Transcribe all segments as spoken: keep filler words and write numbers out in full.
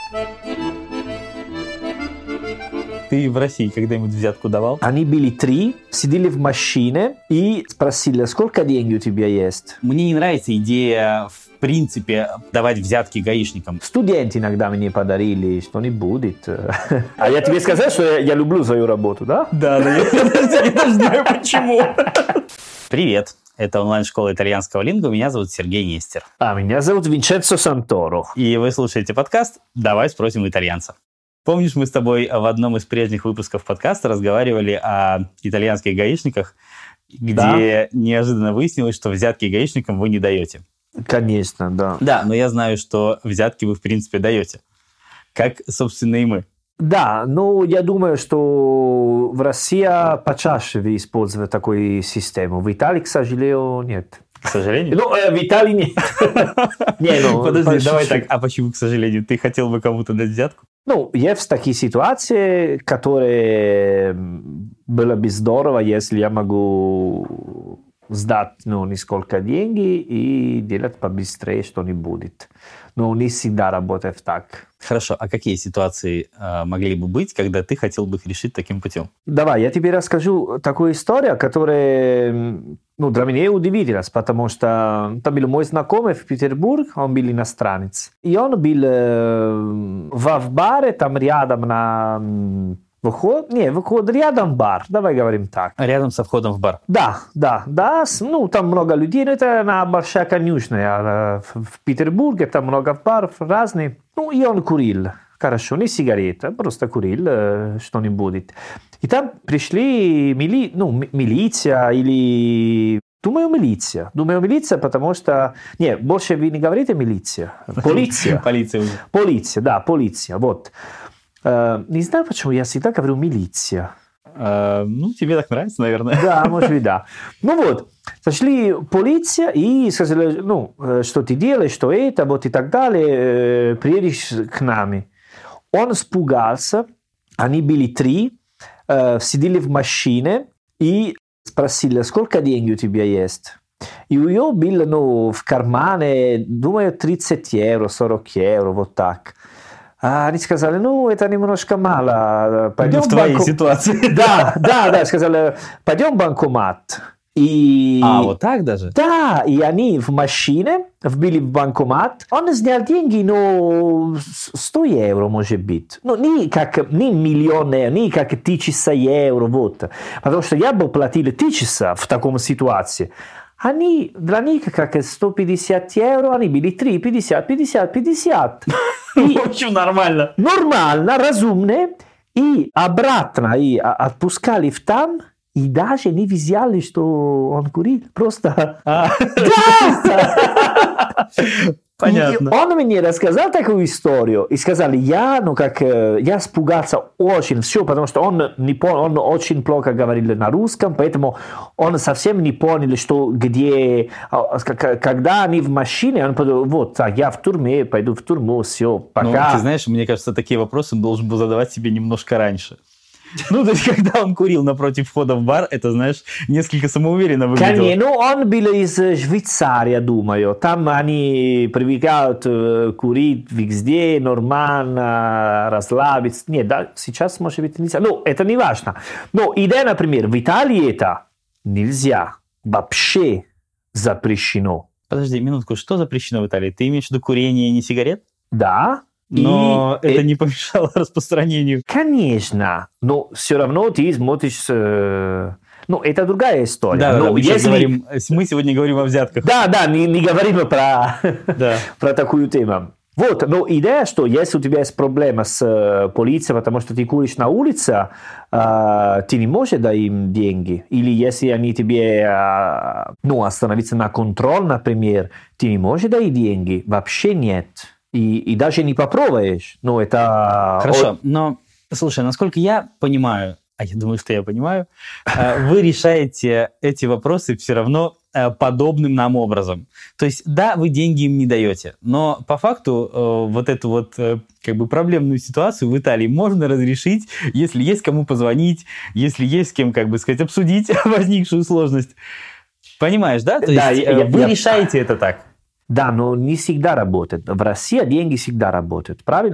Ты в России когда-нибудь взятку давал? Они были три, сидели в машине и спросили, сколько денег у тебя есть? Мне не нравится идея, в принципе, давать взятки гаишникам. Студенты иногда мне подарили, что не будет. А я тебе сказал, что я, я люблю свою работу, да? Да, да, я даже знаю почему. Привет. Это онлайн-школа итальянского лингва. Меня зовут Сергей Нестер. А меня зовут Винченцо Санторо. И вы слушаете подкаст «Давай спросим итальянца». Помнишь, мы с тобой в одном из прежних выпусков подкаста разговаривали о итальянских гаишниках, где да. неожиданно выяснилось, что взятки гаишникам вы не даете. Конечно, да. Да, но я знаю, что взятки вы, в принципе, даете. Как, собственно, и мы. Да, но я думаю, что в России почаще используют такую систему. В Италии, к сожалению, нет. К сожалению? Ну, в Италии нет. Не, ну, подожди, давай так. А почему, к сожалению? Ты хотел бы кому-то дать взятку? Ну, есть такие ситуации, которые было бы здорово, если я могу сдать, ну, несколько денег и делать побыстрее, что не будет. Но не всегда работает так. Хорошо, а какие ситуации э, могли бы быть, когда ты хотел бы их решить таким путем? Давай, я тебе расскажу такую историю, которая, ну, для меня удивительная, потому что там был мой знакомый в Петербурге, он был иностранец. И он был э, в баре, там рядом на... Выход? Не, выход рядом бар, давай говорим так. Рядом со входом в бар? Да, да, да, ну там много людей, но это на большая конюшня в Петербурге, там много баров разных. Ну и он курил, хорошо, не сигарета, просто курил что-нибудь. И там пришли мили, ну, милиция или... Думаю, милиция. Думаю, милиция, потому что... Не, больше вы не говорите милиция. Полиция. Полиция уже. Полиция, да, полиция, вот. Uh, не знаю, почему я всегда говорю милиция. Uh, ну, тебе так нравится, наверное. Да, может быть, да. Ну вот, зашли полиция и сказали, ну, что ты делаешь, что это, вот и так далее, приедешь к нам. Он испугался, они были три, сидели в машине и спросили, сколько денег у тебя есть? И у него было, ну, в кармане, думаю, тридцать евро, сорок евро, вот так. А они сказали, ну, это немножко мало. Пойдем в твоей банку... ситуации. Да, да, да, сказали, пойдем в банкомат. И... А, вот так даже? Да, и они в машине вбили в банкомат. Он снял деньги, ну, сто евро, может быть. Ну, не как, не миллион евро, не как тысяча евро, вот. Потому что я бы платил тысячу в таком ситуации. Они, для них, как сто пятьдесят евро, они были три, пятьдесят, пятьдесят, пятьдесят. И, в общем, нормально. Нормально, разумно. И обратно и отпускали в там, и даже не взяли, что он курил. Просто... А. Да! Понятно. И он мне рассказал такую историю. И сказали, я, ну, как, я испугался очень, все, потому что он, не понял, он очень плохо говорил на русском, поэтому он совсем не понял, что где, когда они в машине, он подумал, вот, так, я в тюрьме, пойду в тюрьму, все, пока. Ну, ты знаешь, мне кажется, такие вопросы он должен был задавать себе немножко раньше. Ну, то есть, когда он курил напротив входа в бар, это, знаешь, несколько самоуверенно выглядело. Конечно, ну, он был из Швейцарии, думаю. Там они привыкают курить везде, нормально, расслабиться. Нет, да, сейчас, может быть, нельзя. Ну, это не важно. Но идея, например, в Италии это нельзя. Вообще запрещено. Подожди, минутку, что запрещено в Италии? Ты имеешь в виду курение, не сигарет? Да. Но и, это э, не помешало распространению. Конечно, но все равно ты смотришь... Э, ну, это другая история. Да, но да, мы, если... говорим, мы сегодня говорим о взятках. Да, да, не, не говорим про, да. про такую тему. Вот, но идея, что если у тебя есть проблема с э, полицией, потому что ты куришь на улице, э, ты не можешь дать им деньги. Или если они тебе, э, ну, остановиться на контроль, например, ты не можешь дать деньги. Вообще нет. И, и даже не попробуешь. Ну, это... Хорошо, но, слушай, насколько я понимаю, а я думаю, что я понимаю, вы решаете эти вопросы все равно подобным нам образом. То есть, да, вы деньги им не даете, но по факту вот эту вот как бы проблемную ситуацию в Италии можно разрешить, если есть кому позвонить, если есть с кем, как бы сказать, обсудить возникшую сложность. Понимаешь, да? То да, есть, я, вы я... решаете это так. Да, но не всегда работает. В России деньги всегда работают, правильно?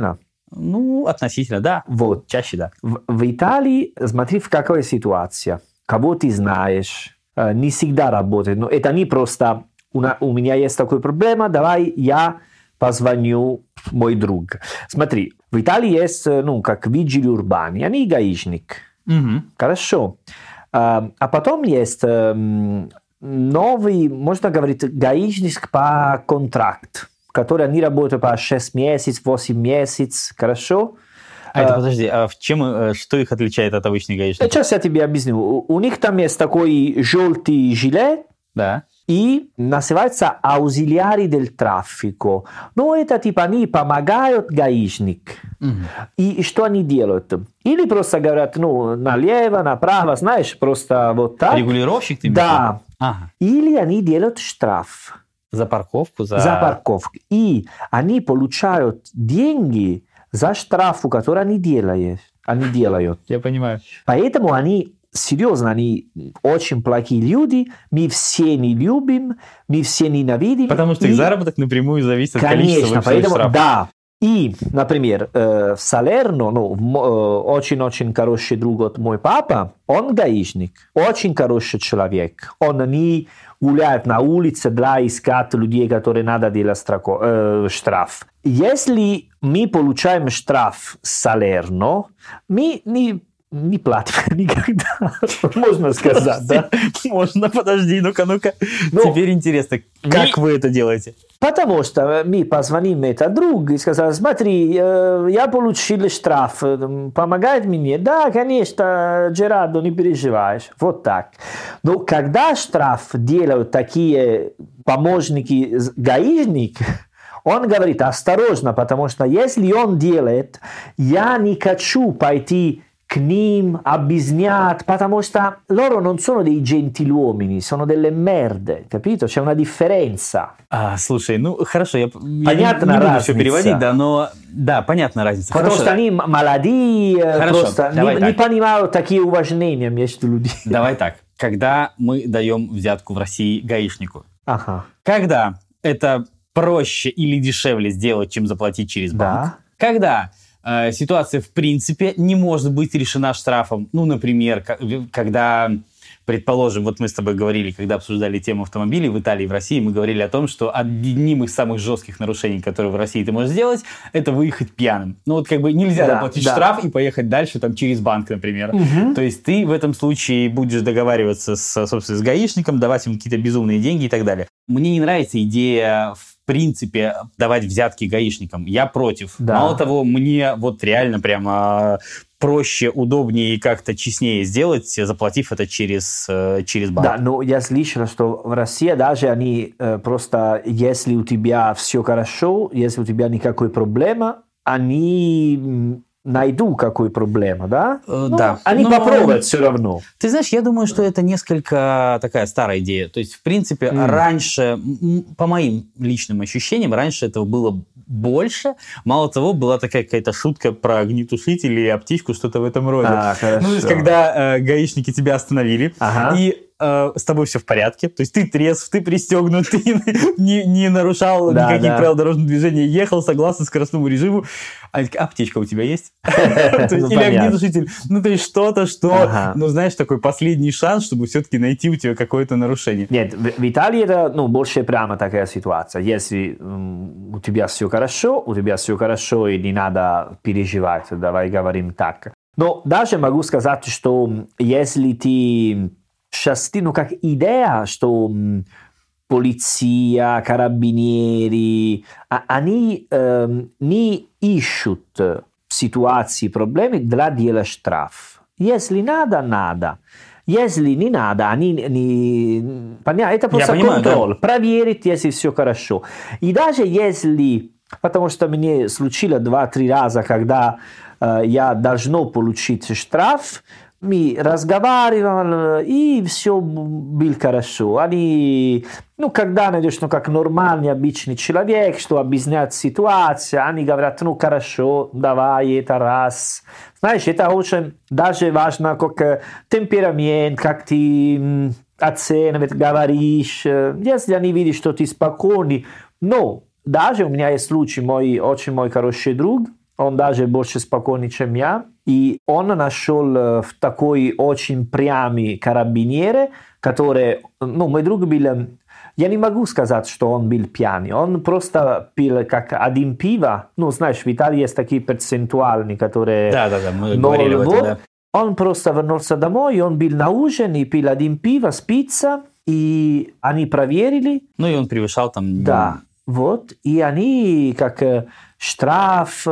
Ну, относительно, да. Вот. Чаще, да. В, в Италии, смотри, в какой ситуации. Кого ты знаешь, э, не всегда работает. Но это не просто «у, у меня есть такая проблема, давай я позвоню мой друг». Смотри, в Италии есть, ну, как vigili urbani, они гаишник. Угу. Хорошо. А, а потом есть э, новый, можно говорить, гаишник по контракту, который они работают по шесть месяцев, восемь месяцев, хорошо? А это, подожди, а в чем, что их отличает от обычных гаишников? Сейчас я тебе объясню. У, у них там есть такой желтый жилет, да. И называется аузилиари del traffico. Но это типа они помогают гаишник. Угу. И что они делают? Или просто говорят, ну, налево, направо, знаешь, просто вот так. Регулировщик ты? Да. Ага. Или они делают штраф. За парковку? За, за парковку. И они получают деньги за штрафу, который они делают. Они делают. Я понимаю. Поэтому они... Серьезно, они очень плохие люди, мы все не любим, мы все ненавидим. Потому что и... их заработок напрямую зависит от Конечно, количества выписанных поэтому, штрафов. Да. И, например, в Салерно, ну, очень-очень хороший друг от мой папа, он гаишник, очень хороший человек. Он не гуляет на улице для искать людей, которые надо делать страко, э, штраф. Если мы получаем штраф с Салерно, мы не Не платим никогда, можно сказать, да? Можно, подожди, ну-ка, ну-ка. Ну, теперь интересно, как мы... вы это делаете? Потому что мы позвоним это другу и сказали, смотри, я получил штраф, помогает мне? Да, конечно, Джерадо, не переживаешь. Вот так. Но когда штраф делают такие помощники гаишника, он говорит, осторожно, потому что если он делает, я не хочу пойти к ним объяснять, потому что loro non sono dei gentiluomini, sono delle merde, capito? C'è una differenza. А, слушай, ну хорошо, я, понятно, я не, не буду все переводить, да, но да, понятна разница. Потому хорошо. что они молодые, хорошо, просто не, не понимают такие уважения между людьми. Давай так, когда мы даем взятку в России гаишнику, ага. когда это проще или дешевле сделать, чем заплатить через банк, да. когда э, ситуация в принципе не может быть решена штрафом, ну, например, когда... Предположим, вот мы с тобой говорили, когда обсуждали тему автомобилей в Италии и в России, мы говорили о том, что одним из самых жестких нарушений, которые в России ты можешь сделать, это выехать пьяным. Ну вот как бы нельзя да, заплатить да. штраф и поехать дальше там через банк, например. Угу. То есть ты в этом случае будешь договариваться с, собственно, с гаишником, давать ему какие-то безумные деньги и так далее. Мне не нравится идея в принципе давать взятки гаишникам. Я против. Да. Мало того, мне вот реально прямо... проще, удобнее и как-то честнее сделать, заплатив это через, через банк. Да, но я слышал, что в России даже они э, просто, если у тебя все хорошо, если у тебя никакой проблемы, они найдут какую проблему, да? Э, ну, да. Они но... попробуют все равно. Ты знаешь, я думаю, что это несколько такая старая идея. То есть, в принципе, mm. раньше, по моим личным ощущениям, раньше этого было больше. Мало того, была такая какая-то шутка про огнетушитель или аптечку, что-то в этом роде. А, ну, то есть, когда э, гаишники тебя остановили, ага. и э, с тобой все в порядке, то есть ты трезв, ты пристегнут, ты не, не нарушал да, никаких да. правил дорожного движения, ехал согласно скоростному режиму. А аптечка у тебя есть? Или огнетушитель? Ну, то есть что-то, что, ну, знаешь, такой последний шанс, чтобы все-таки найти у тебя какое-то нарушение. Нет, в Италии это, ну, больше прямо такая ситуация. Если у тебя все хорошо, у тебя все хорошо, и не надо переживать, давай говорим так. Но даже могу сказать, что если ты счастлив, ну, как идея, что полиция, карабинери, они э, не ищут ситуации, проблемы для дела штраф. Если надо, надо. Если не надо, они не... Это просто понимаю, контроль. Да. Проверить, если все хорошо. И даже если... Потому что мне случилось два-три раза, когда э, я должен получить штраф, мы разговаривали, и все было хорошо. Они, ну, когда найдешь, ну, как нормальный, обычный человек, что объясняет ситуацию, они говорят, ну, хорошо, давай, это раз. Знаешь, это очень даже важно, как темперамент, как ты оцениваешь, говоришь. Если они видят, что ты спокойный. Но даже у меня есть случай, мой очень мой хороший друг, он даже больше спокойный, чем я. И он нашел в такой очень прямый карабинер, который, ну, мой друг был, я не могу сказать, что он был пьяный, он просто пил как один пиво, ну, знаешь, в Италии есть такие процентуальные, которые... Да, да, да, мы говорили об этом, да. Он просто вернулся домой, он был на ужин и пил один пиво с пиццей, и они проверили. Ну, и он превышал там... Да, вот, и они как штраф,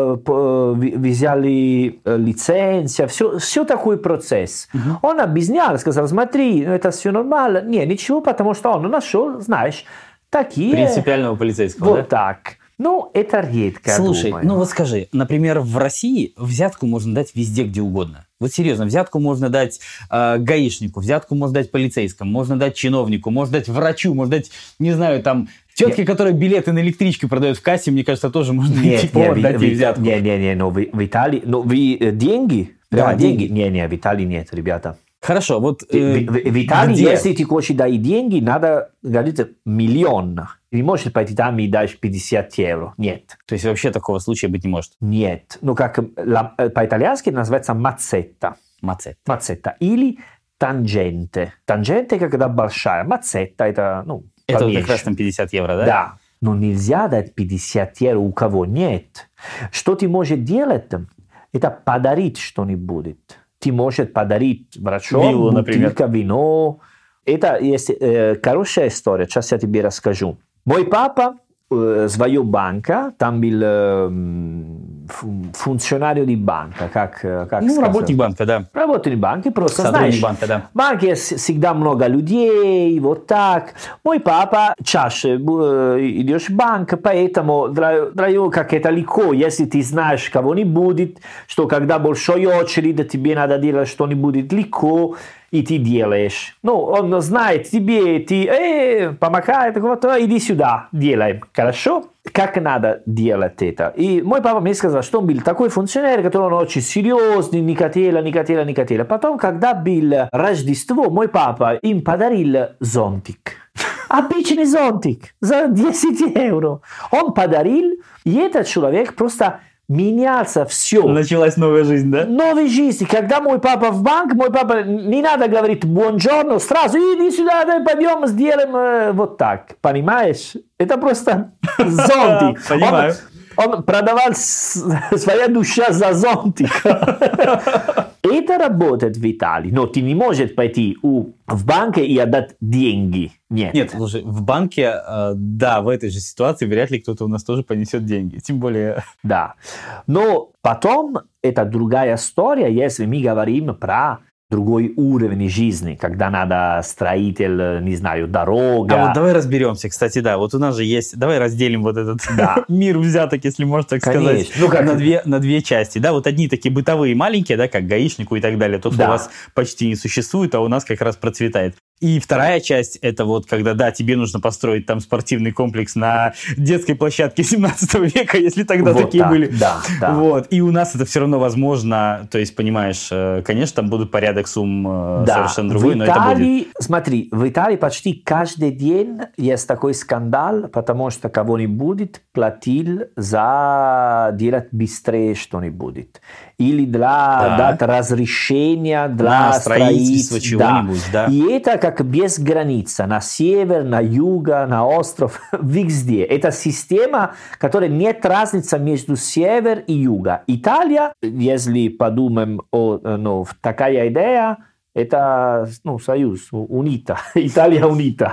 взяли лицензию, все, все такой процесс. Uh-huh. Он объяснял, сказал, смотри, это все нормально. Нет, ничего, потому что он нашел, знаешь, такие... Принципиального полицейского, вот да? Вот так. Ну, это редко. Слушай, думаю. ну вот скажи, например, в России взятку можно дать везде, где угодно. Вот серьезно, взятку можно дать э, гаишнику, взятку можно дать полицейскому, можно дать чиновнику, можно дать врачу, можно дать, не знаю, там, тетке, нет. которая билеты на электричке продает в кассе, мне кажется, тоже можно нет, типа, нет, дать ей в, взятку. Не, не, не, но в, в Италии, ну, вы деньги? Да, деньги. деньги. Не, не, в Италии нет, ребята. Хорошо, вот... Э, в, в, в Италии, где? Если ты хочешь дать деньги, надо, говорить, миллион. Не можешь пойти там и дать пятьдесят евро. Нет. То есть вообще такого случая быть не может? Нет. Ну, как по-итальянски называется мацетта. Мацетта. Мацетта. Или тангенте. Тангенте, когда большая. Мацетта, это, ну, это вот как раз там пятьдесят евро, да? Да. Но нельзя дать пятьдесят евро у кого нет. Что ты можешь делать? Это подарить что-нибудь. Ты можешь подарить врачу виллу, например. вино. Это есть э, хорошая история, сейчас я тебе расскажу. Мой папа э, свою банка, там был э, функционарио di банка, как, как ну, сказать? Работник банка, да. Работник банка, просто Сотрудник знаешь, банка, да. В банке всегда много людей, вот так. Мой папа чаще э, идешь в банк, поэтому для, для него как это легко, если ты знаешь кого-нибудь, что когда большой очередь, тебе надо делать что-нибудь легко, и ты делаешь. Ну, он знает тебе, ты, э, помогает, вот, иди сюда, делай. Хорошо? Как надо делать это? И мой папа мне сказал, что он был такой функционер, который он очень серьезный, не хотел, не хотел, не хотел. Потом, когда было Рождество, мой папа им подарил зонтик. Обычный зонтик за десять евро. Он подарил, и этот человек просто... менялся все. Началась новая жизнь, да? Новая жизнь. Когда мой папа в банк, мой папа не надо говорить «бонжорно», сразу иди сюда, давай пойдем, сделаем э, вот так. Понимаешь? Это просто зонтик. Понимаю. Он, он продавал своя душа за зонтик. Это работает в Италии, но ты не можешь пойти у, в банк и отдать деньги. Нет. Нет, слушай, в банке, да, в этой же ситуации вряд ли кто-то у нас тоже понесет деньги, тем более... Да, но потом это другая история, если мы говорим про другой уровень жизни, когда надо строитель, не знаю, дорога. А вот давай разберемся, кстати, да, вот у нас же есть, давай разделим вот этот да. мир взяток, если можно так Конечно. сказать, ну, как... на, две, на две части, да, вот одни такие бытовые маленькие, да, как гаишнику и так далее, то, что да. у вас почти не существует, а у нас как раз процветает. И вторая часть, это вот когда, да, тебе нужно построить там спортивный комплекс на детской площадке семнадцатого века, если тогда вот такие так. были. Да, да. Вот. И у нас это все равно возможно, то есть, понимаешь, конечно, там будут порядок сумм да. совершенно другой, в но Италии, это будет. Смотри, в Италии почти каждый день есть такой скандал, потому что кого-нибудь платил за делать быстрее что-нибудь. Или для да. дать разрешение для строительства чего-нибудь. Да. Да. И это как без границы. На север, на юг, на остров, везде. Это система, которая нет разницы между север и юга. Италия, если подумаем о ну, такая идея, это ну, союз, унита, Италия унита.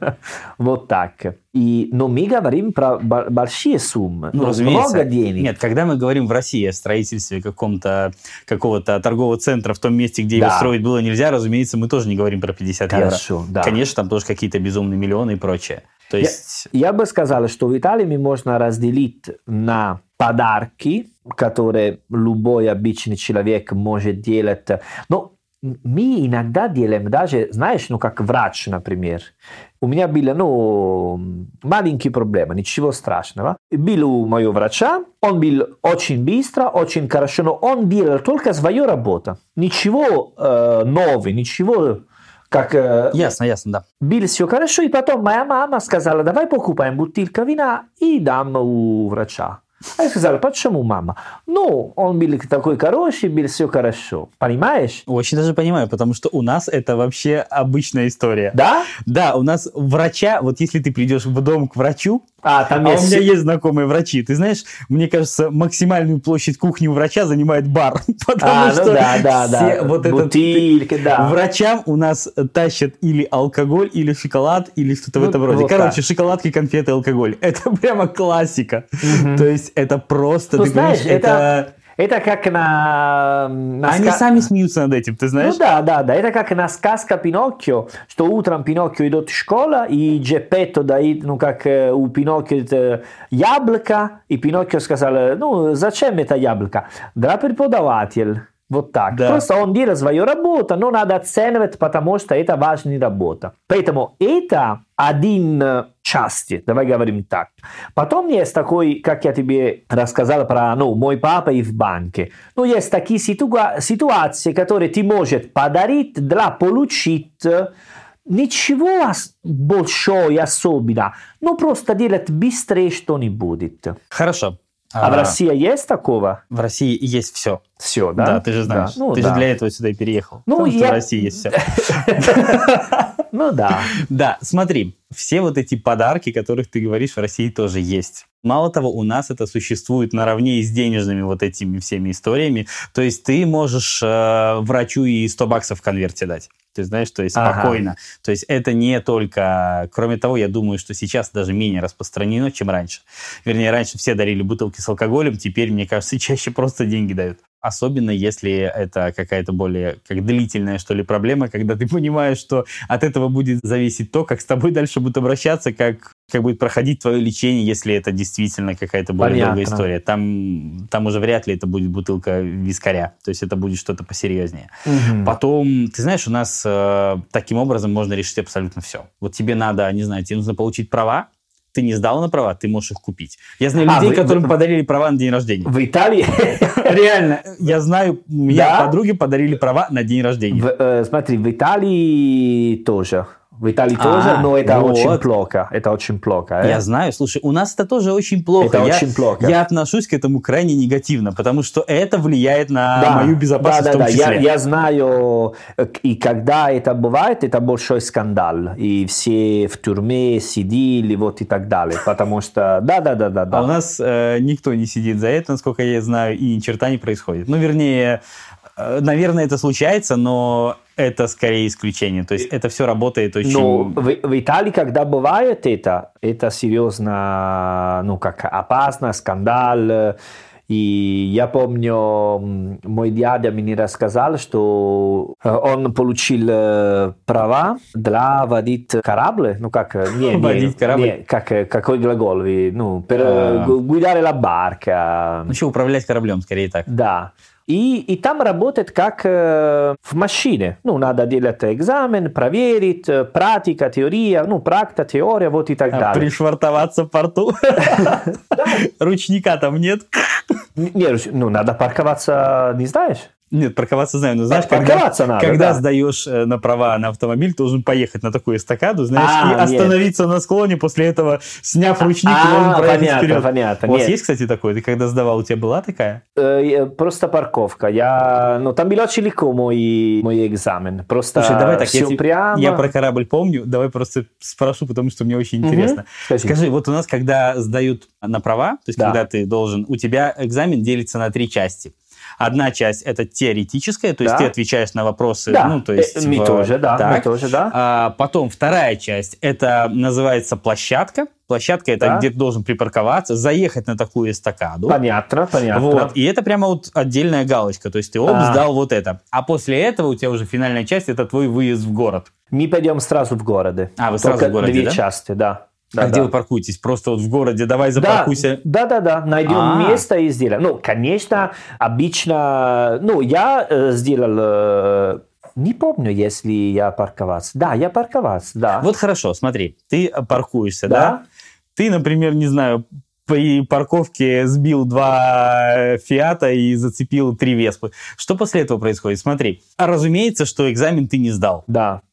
Вот так. И, но мы говорим про большие суммы, ну, много денег. Нет, когда мы говорим в России о строительстве каком-то, какого-то торгового центра в том месте, где да. его строить было нельзя, разумеется, мы тоже не говорим про пятьдесят Хорошо, евро. Да. Конечно, там тоже какие-то безумные миллионы и прочее. То есть... я, я бы сказал, что в Италии мы можно разделить на подарки, которые любой обычный человек может делать. Но мы иногда делаем даже, знаешь, ну как врач, например. У меня были, ну, маленькие проблемы, ничего страшного. Был у моего врача, он был очень быстро, очень хорошо, но он делал только свою работу. Ничего э, нового, ничего... Как, э, ясно, ясно, да. Было все хорошо, и потом моя мама сказала, давай покупаем бутылку вина и дам у врача. А я сказал, почему мама? Ну, он был такой хороший, был все хорошо. Понимаешь? Очень даже понимаю, потому что у нас это вообще обычная история. Да? Да, у нас врача, вот если ты придешь в дом к врачу, а, там а есть... у меня есть знакомые врачи, ты знаешь, мне кажется, максимальную площадь кухни у врача занимает бар, потому а, что ну да, да, все да. вот бутылки, этот... да. Врачам у нас тащат или алкоголь, или шоколад, или что-то ну, в этом роде. Вот Короче, так. шоколадки, конфеты, алкоголь. Это прямо классика. Mm-hmm. То есть это просто, ну, ты знаешь, понимаешь, это... это... Это как на... на Они ска... сами смеются над этим, ты знаешь? Ну да, да, да. Это как на сказка Пиноккио, что утром Пиноккио идет в школу, и Джеппетто дает, ну как у Пиноккио это яблоко, и Пиноккио сказал, ну зачем это яблоко? Да, преподаватель. Вот так. Да. Просто он делает свою работу, но надо оценивать, потому что это важная работа. Поэтому это один части, давай говорим так. Потом есть такой, как я тебе рассказал про ну, мой папа и в банке. Ну, есть такие ситуа- ситуации, которые ты можешь подарить для получить ничего большого и особенного, но просто делать быстрее, что не будет. Хорошо. А, а в России есть такого? В России есть все. Все, да? Да, ты же знаешь. Да. Ну, ты да. же для этого сюда и переехал. Ну, Потому я... что в России есть все. Ну да. Да, смотри, все вот эти подарки, которых ты говоришь, в России тоже есть. Мало того, у нас это существует наравне и с денежными вот этими всеми историями. То есть ты можешь э, врачу и сто баксов в конверте дать. Ты знаешь, то есть ага. спокойно. То есть это не только... Кроме того, я думаю, что сейчас даже менее распространено, чем раньше. Вернее, раньше все дарили бутылки с алкоголем, теперь, мне кажется, чаще просто деньги дают. Особенно если это какая-то более как длительная, что ли, проблема, когда ты понимаешь, что от этого будет зависеть то, как с тобой дальше будут обращаться, как, как будет проходить твое лечение, если это действительно какая-то более Понятно. долгая история. Там, там уже вряд ли это будет бутылка вискаря, то есть это будет что-то посерьезнее. Угу. Потом, ты знаешь, у нас э, таким образом можно решить абсолютно все. Вот тебе надо, не знаю, тебе нужно получить права, ты не сдал на права, ты можешь их купить. Я знаю людей, а, вы, которым вы... подарили права на день рождения. В Италии? Реально. Я знаю, у меня да? подруги подарили права на день рождения. В, э, смотри, в Италии тоже. В Италии а, тоже, но это вот. очень плохо. Это очень плохо. Э? Я знаю. Слушай, у нас это тоже очень плохо. Это я, очень плохо. Я отношусь к этому крайне негативно, потому что это влияет на да, мою безопасность да, в том да, числе. Я, я знаю, и когда это бывает, это большой скандал. И все в тюрьме сидели, вот и так далее. Потому что, да-да-да. А у нас э, никто не сидит за это, насколько я знаю, и ни черта не происходит. Ну, вернее, э, наверное, это случается, но... Это скорее исключение. То есть это все работает очень... Но в, в Италии, когда бывает это, это серьезно, ну, как опасно, скандал. И я помню, мой дядя мне рассказал, что он получил права для водить корабль. Ну, как... Не, водить не, корабль? Не, как, какой глагол? Ну, per а... guidare la barca. Ну, что, управлять кораблем, скорее так. Да. И, и там работает как э, в машине. Ну, надо делать экзамен, проверить, практика, теория, ну, практика, теория, вот и так а далее. Пришвартоваться в порту? Ручника там нет? Нет, ну, надо парковаться, не знаешь? Нет, парковаться знаю, но знаешь, когда, надо, когда да. сдаешь на права на автомобиль, ты должен поехать на такую эстакаду, знаешь, а, и остановиться нет. на склоне, после этого, сняв ручник, а, ты должен проехать понятно, вперед. Понятно, У вас нет. есть, кстати, такое? Ты когда сдавал, у тебя была такая? Э, просто парковка. Я, ну, там был очень легко мой, мой экзамен. Просто Слушай, давай так, все я, прямо. Я про корабль помню, давай просто спрошу, потому что мне очень интересно. Угу. Скажи, вот у нас, когда сдают на права, то есть да. когда ты должен, у тебя экзамен делится на три части. Одна часть это теоретическая, то есть да. ты отвечаешь на вопросы, да. ну то есть мы в... тоже, да, так. мы тоже, да. А, потом вторая часть это называется площадка. Площадка это да. где ты должен припарковаться, заехать на такую эстакаду. Понятно, понятно. Вот и это прямо вот отдельная галочка, то есть ты оп, а. сдал вот это, а после этого у тебя уже финальная часть это твой выезд в город. Мы пойдем сразу в городе. А вы сразу в городе, две да? части, да. Да, а да. где вы паркуетесь? Просто вот в городе, давай запаркуйся. Да, да, да, да. Найдем А-а-а. место и сделаем. Ну, конечно, обычно, ну, я э, сделал, э, не помню, если я парковался. Да, я парковался, да. Вот хорошо, смотри, ты паркуешься, да? да? Ты, например, не знаю, при парковке сбил два Фиата и зацепил три Веспы. Что после этого происходит? Смотри, а разумеется, что экзамен ты не сдал. Да.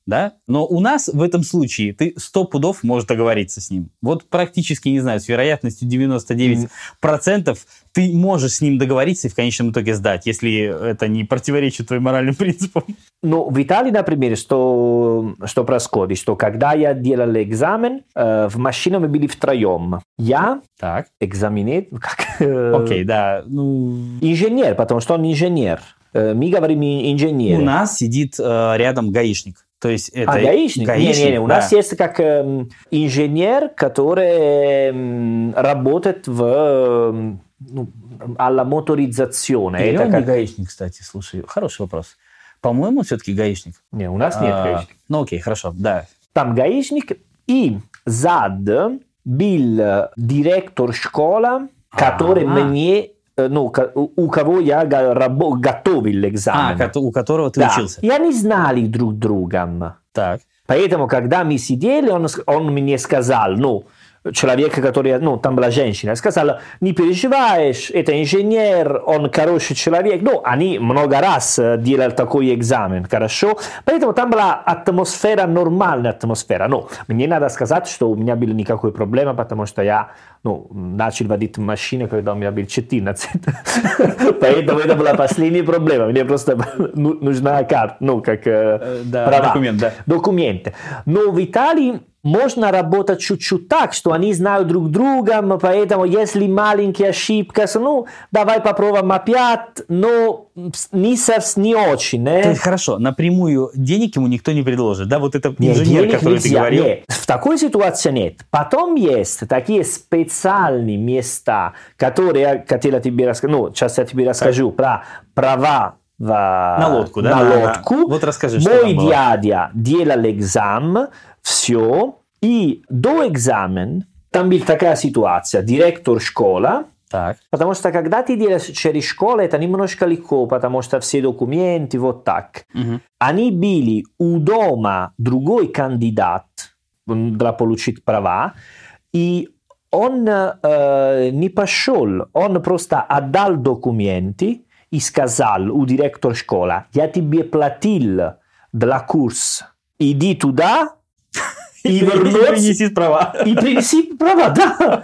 да? Но у нас в этом случае ты сто пудов можешь договориться с ним. Вот практически, не знаю, с вероятностью девяносто девять процентов ты можешь с ним договориться и в конечном итоге сдать, если это не противоречит твоим моральным принципам. Ну, в Италии, например, что, что происходит, что когда я делал экзамен, э, в машине мы были втроем. Я, так. экзаменер, как... Окей, okay, да. Ну... Инженер, потому что он инженер. Мы говорим инженер. У нас сидит э, рядом гаишник. То есть это а, гаишник? гаишник? Не, не, не. У да. нас есть как э, инженер, который э, работает в... Э, ну, alla motorizzazione. Или это он как... не гаишник, кстати, слушай. Хороший вопрос. По-моему, все-таки гаишник. Не, у нас нет а, гаишника. Ну окей, хорошо, да. Там гаишник и зад был директор школы, который А-а-а. мне... Ну, у кого я готовил экзамен. А, у которого ты да. учился. И они знали друг друга. Так. Поэтому, когда мы сидели, он, он мне сказал, ну, человек, который, ну, там была женщина, сказала, не переживаешь, это инженер, он хороший человек. Ну, они много раз делали такой экзамен, хорошо? Поэтому там была атмосфера, нормальная атмосфера. Ну, мне надо сказать, что у меня была никакой проблемы, потому что я, ну, начал водить машину, когда у меня было четырнадцать. Поэтому это была последняя проблема. Мне просто нужна карта, ну, как права. Документ, да. Документы. Но в Италии можно работать чуть-чуть так, что они знают друг друга, поэтому если маленькая ошибка, ну, давай попробуем опять, но не, совсем, не очень. Э? То есть, хорошо, напрямую денег ему никто не предложит, да? Вот это нет, инженер, который нельзя, ты говорил. Нет. В такой ситуации нет. Потом есть такие специальные места, которые я хотела тебе рассказать, ну, сейчас я тебе расскажу про права в, на лодку, да? На на, лодку. На... Вот расскажи, что Мой там было. дядя делал экзамен, все, и до экзамена там была такая ситуация, директор школы, так. потому что когда ты делаешь через школу, это немножко легко, потому что все документы вот так. Угу. Они были у дома другой кандидат для получить права, и он э, не пошел, он просто отдал документы и сказал у директора школы, я тебе платил для курс, иди туда, и, и принеси права. И принеси права, да.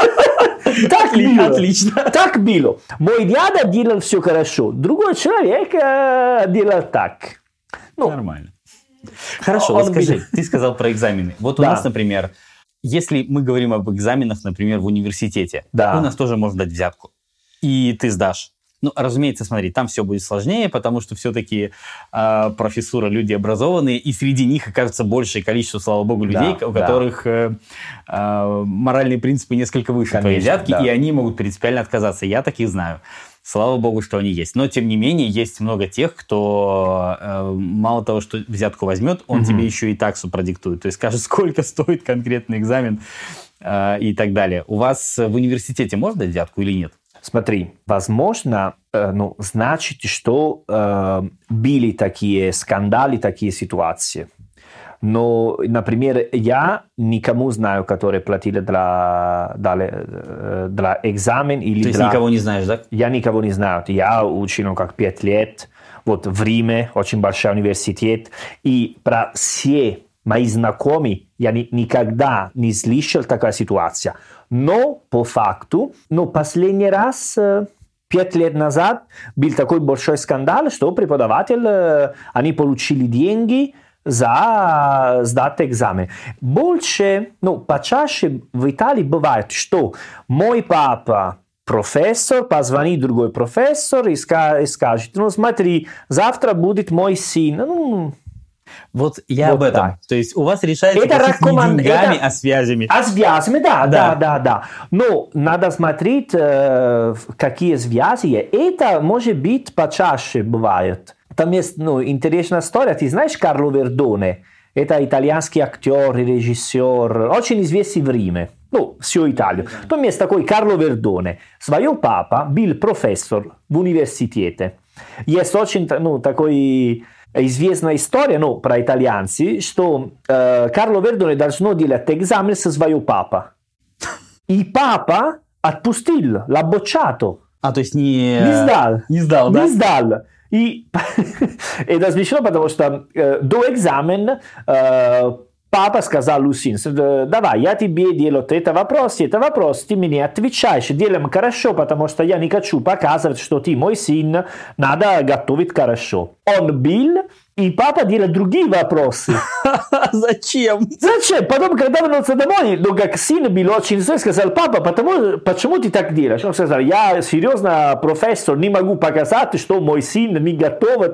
Так было. Отлично. Так было. Мой дядя делал все хорошо. Другой человек э, делал так. Ну, нормально. Хорошо, вот скажи, бил. Ты сказал про экзамены. Вот у да. нас, например, если мы говорим об экзаменах, например, в университете, да. у нас тоже можно дать взятку. И ты сдашь. Ну, разумеется, смотри, там все будет сложнее, потому что все-таки э, профессура, люди образованные, и среди них окажется большее количество, слава богу, людей, да, у да. которых э, э, моральные принципы несколько выше Конечно, твоей взятки, да. и они могут принципиально отказаться. Я таких знаю. Слава богу, что они есть. Но, тем не менее, есть много тех, кто э, мало того, что взятку возьмет, он угу. тебе еще и таксу продиктует. То есть скажет, сколько стоит конкретный экзамен э, и так далее. У вас в университете можно дать взятку или нет? Смотри, возможно, э, ну, значит, что э, были такие скандалы, такие ситуации. Но, например, я никому знаю, которые платили для, для, для экзамен. Или То есть для... никого не знаешь, да? Я никого не знаю. Я учил как пять лет вот, в Риме, очень большой университет. И про все мои знакомые я ни, никогда не слышал такая ситуация. Но по факту, ну, последний раз, пять лет назад, был такой большой скандал, что преподаватель, они получили деньги за сдать экзамен. Больше, ну, почаще в Италии бывает, что мой папа профессор, позвонит другой профессор и скажет, ну, смотри, завтра будет мой сын. Ну, Вот я вот об этом. Так. То есть у вас решается это не рекомен... деньгами, это... а связями. А связями, да, да, да, да, да. Но надо смотреть, э, какие связи. Это, может быть, почаще бывает. Там есть ну, интересная история. Ты знаешь Карло Вердоне? Это итальянский актер и режиссер, очень известный в Риме. Ну, всю Италию. Там есть такой Карло Вердоне. Свой папа был профессор в университете. Есть очень ну, такой... известная история, ну, про итальянцев, что э, Карло Вердоне должно делать экзамен со своего папа. И папа отпустил, l'ha bocciato. А, то есть не... Не сдал. Не сдал, да? Не сдал. И это смешно, потому что э, до экзамена э, папа сказал Лусин, давай, я тебе делаю это вопрос, это вопрос, ты мне отвечаешь, делаем хорошо, потому что я не хочу показывать, что ты мой сын, надо готовить хорошо. Он бил, и папа делает другие вопросы. Зачем? Зачем? Потом, когда вернулся домой, ну, как сын был очень злой, сказал, папа, потому, почему ты так делаешь? Он сказал, я серьезно, профессор, не могу показать, что мой сын не готов.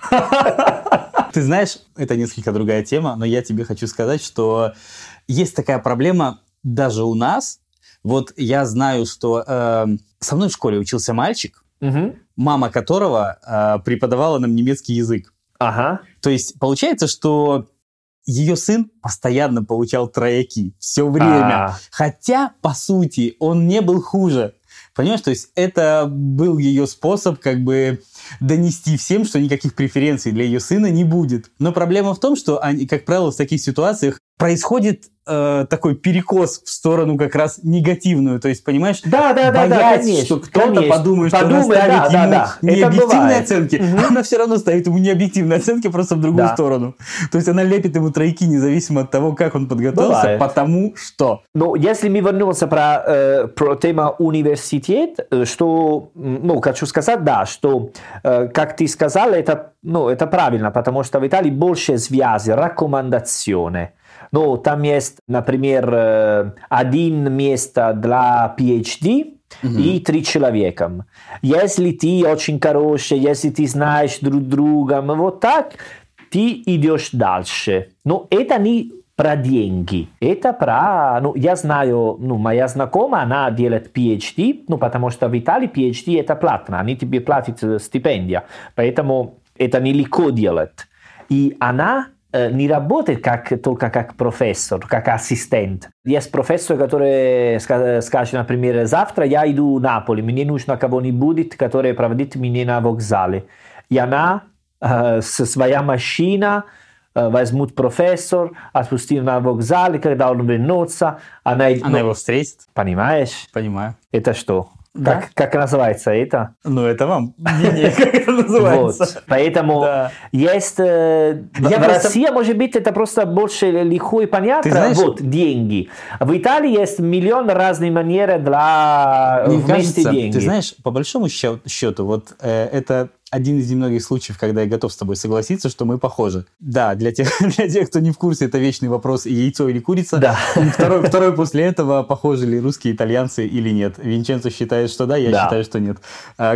Ты знаешь, это несколько другая тема, но я тебе хочу сказать, что есть такая проблема даже у нас. Вот я знаю, что э, со мной в школе учился мальчик, угу. мама которого э, преподавала нам немецкий язык. Ага. То есть получается, что ее сын постоянно получал трояки все время. А. Хотя, по сути, он не был хуже. Понимаешь, то есть это был ее способ как бы донести всем, что никаких преференций для ее сына не будет. Но проблема в том, что, они, как правило, в таких ситуациях происходит э, такой перекос в сторону как раз негативную. То есть, понимаешь, да, да, боясь, да, да, что кто-то конечно. подумает, что Подумай, она ставит да, ему да, да. необъективные оценки, угу. а она все равно ставит ему необъективные оценки, просто в другую да. сторону. То есть она лепит ему тройки, независимо от того, как он подготовился, бывает. Потому что... Ну, если мы вернемся про, э, про тему университет, что, ну, хочу сказать, да, что, э, как ты сказал, это, ну, это правильно, потому что в Италии больше связи, рекомендации. Ну, там есть, например, один место для пи эйч ди mm-hmm. и три человека. Если ты очень хороший, если ты знаешь друг друга, вот так, ты идешь дальше. Но это не про деньги. Это про... Ну, я знаю, ну, моя знакомая, она делает пи эйч ди, ну, потому что в Италии пи эйч ди это платно, они тебе платят стипендия, поэтому это нелегко делать. И она не работает как, только как профессор, как ассистент. Есть профессор, который скажет, например, завтра я иду в Наполе, мне нужно кого-нибудь, который проводит меня на вокзале. И она э, со своей машиной э, возьмет профессор, отпустит на вокзале, когда он вернется. Она, она ну, его встретит. Понимаешь? Понимаю. Это что? Да. Как, как называется это? Ну, это вам мнение, как это называется. Вот. Поэтому да. есть... Э, для России, может быть, это просто больше легко и понятно. Знаешь, вот, деньги. В Италии есть миллион разных манер для вместе кажется, деньги. Ты знаешь, по большому счету, вот э, это... один из немногих случаев, когда я готов с тобой согласиться, что мы похожи. Да, для тех, для тех, кто не в курсе, это вечный вопрос, яйцо или курица. Да. Второй, второй после этого, похожи ли русские итальянцы или нет. Винченцо считает, что да, я да. считаю, что нет.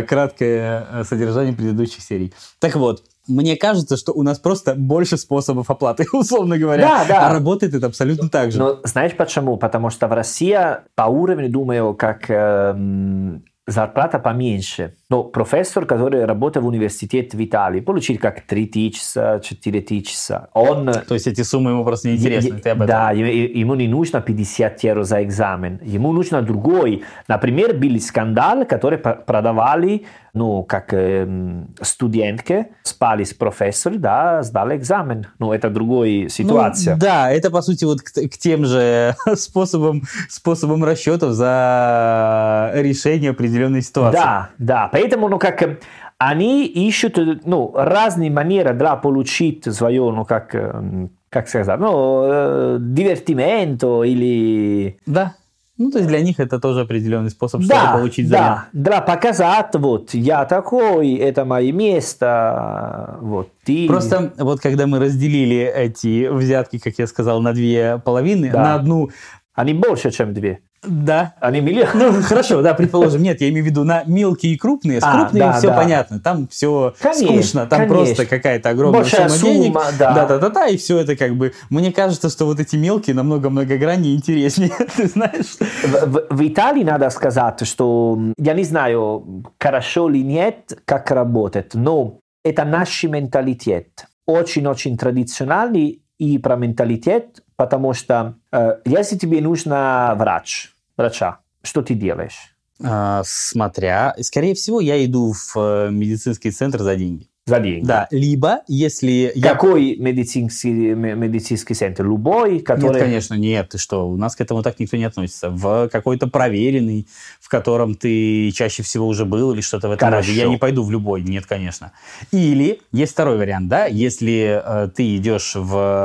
Краткое содержание предыдущих серий. Так вот, мне кажется, что у нас просто больше способов оплаты, условно говоря. Да, да. А работает это абсолютно так же. Но знаешь почему? Потому что в России по уровню, думаю, как... Эм... зарплата поменьше. Но профессор, который работает в университете в Италии, получил как три тысячи, четыре тысячи. Он... То есть эти суммы ему просто неинтересны? Е- да, ему не нужно пятьдесят евро за экзамен. Ему нужно другой. Например, был скандал, который продавали, ну, как э, студентки, спали с профессором, да, сдали экзамен. Ну, это другая ситуация. Ну, да, это, по сути, вот к, к тем же способам, способам расчетов за решение определенной ситуации. Да, да. Поэтому, ну, как... Они ищут, ну, разные манеры для получить свое, ну, как, как сказать, ну, дивертименто или... Да. Ну, то есть для них это тоже определенный способ, да, чтобы получить взамен. Да, для показать, вот, я такой, это мое место, вот, ты... Просто вот когда мы разделили эти взятки, как я сказал, на две половины, да. на одну... Они больше, чем две. Да. Они миллион. Ну, хорошо, да, предположим. Нет, я имею в виду на мелкие и крупные. С а, крупными да, все да. понятно. Там все конечно, скучно. Там конечно. Просто какая-то огромная большая сумма денег. Да. Да-да-да-да. И все это как бы... Мне кажется, что вот эти мелкие намного многограннее интереснее. Ты знаешь? В, в, в Италии надо сказать, что... Я не знаю, хорошо или нет, как работает, но это наш менталитет. Очень-очень традициональный и про менталитет, потому что э, если тебе нужно врач, врача, что ты делаешь? А, смотря. Скорее всего, я иду в медицинский центр за деньги. за деньги. Да, либо если... Я... Какой медицинский, медицинский центр? Любой, который... Нет, конечно, нет. Ты что, у нас к этому так никто не относится. В какой-то проверенный, в котором ты чаще всего уже был или что-то в этом роде. Я не пойду в любой. Нет, конечно. Или есть второй вариант, да, если э, ты идешь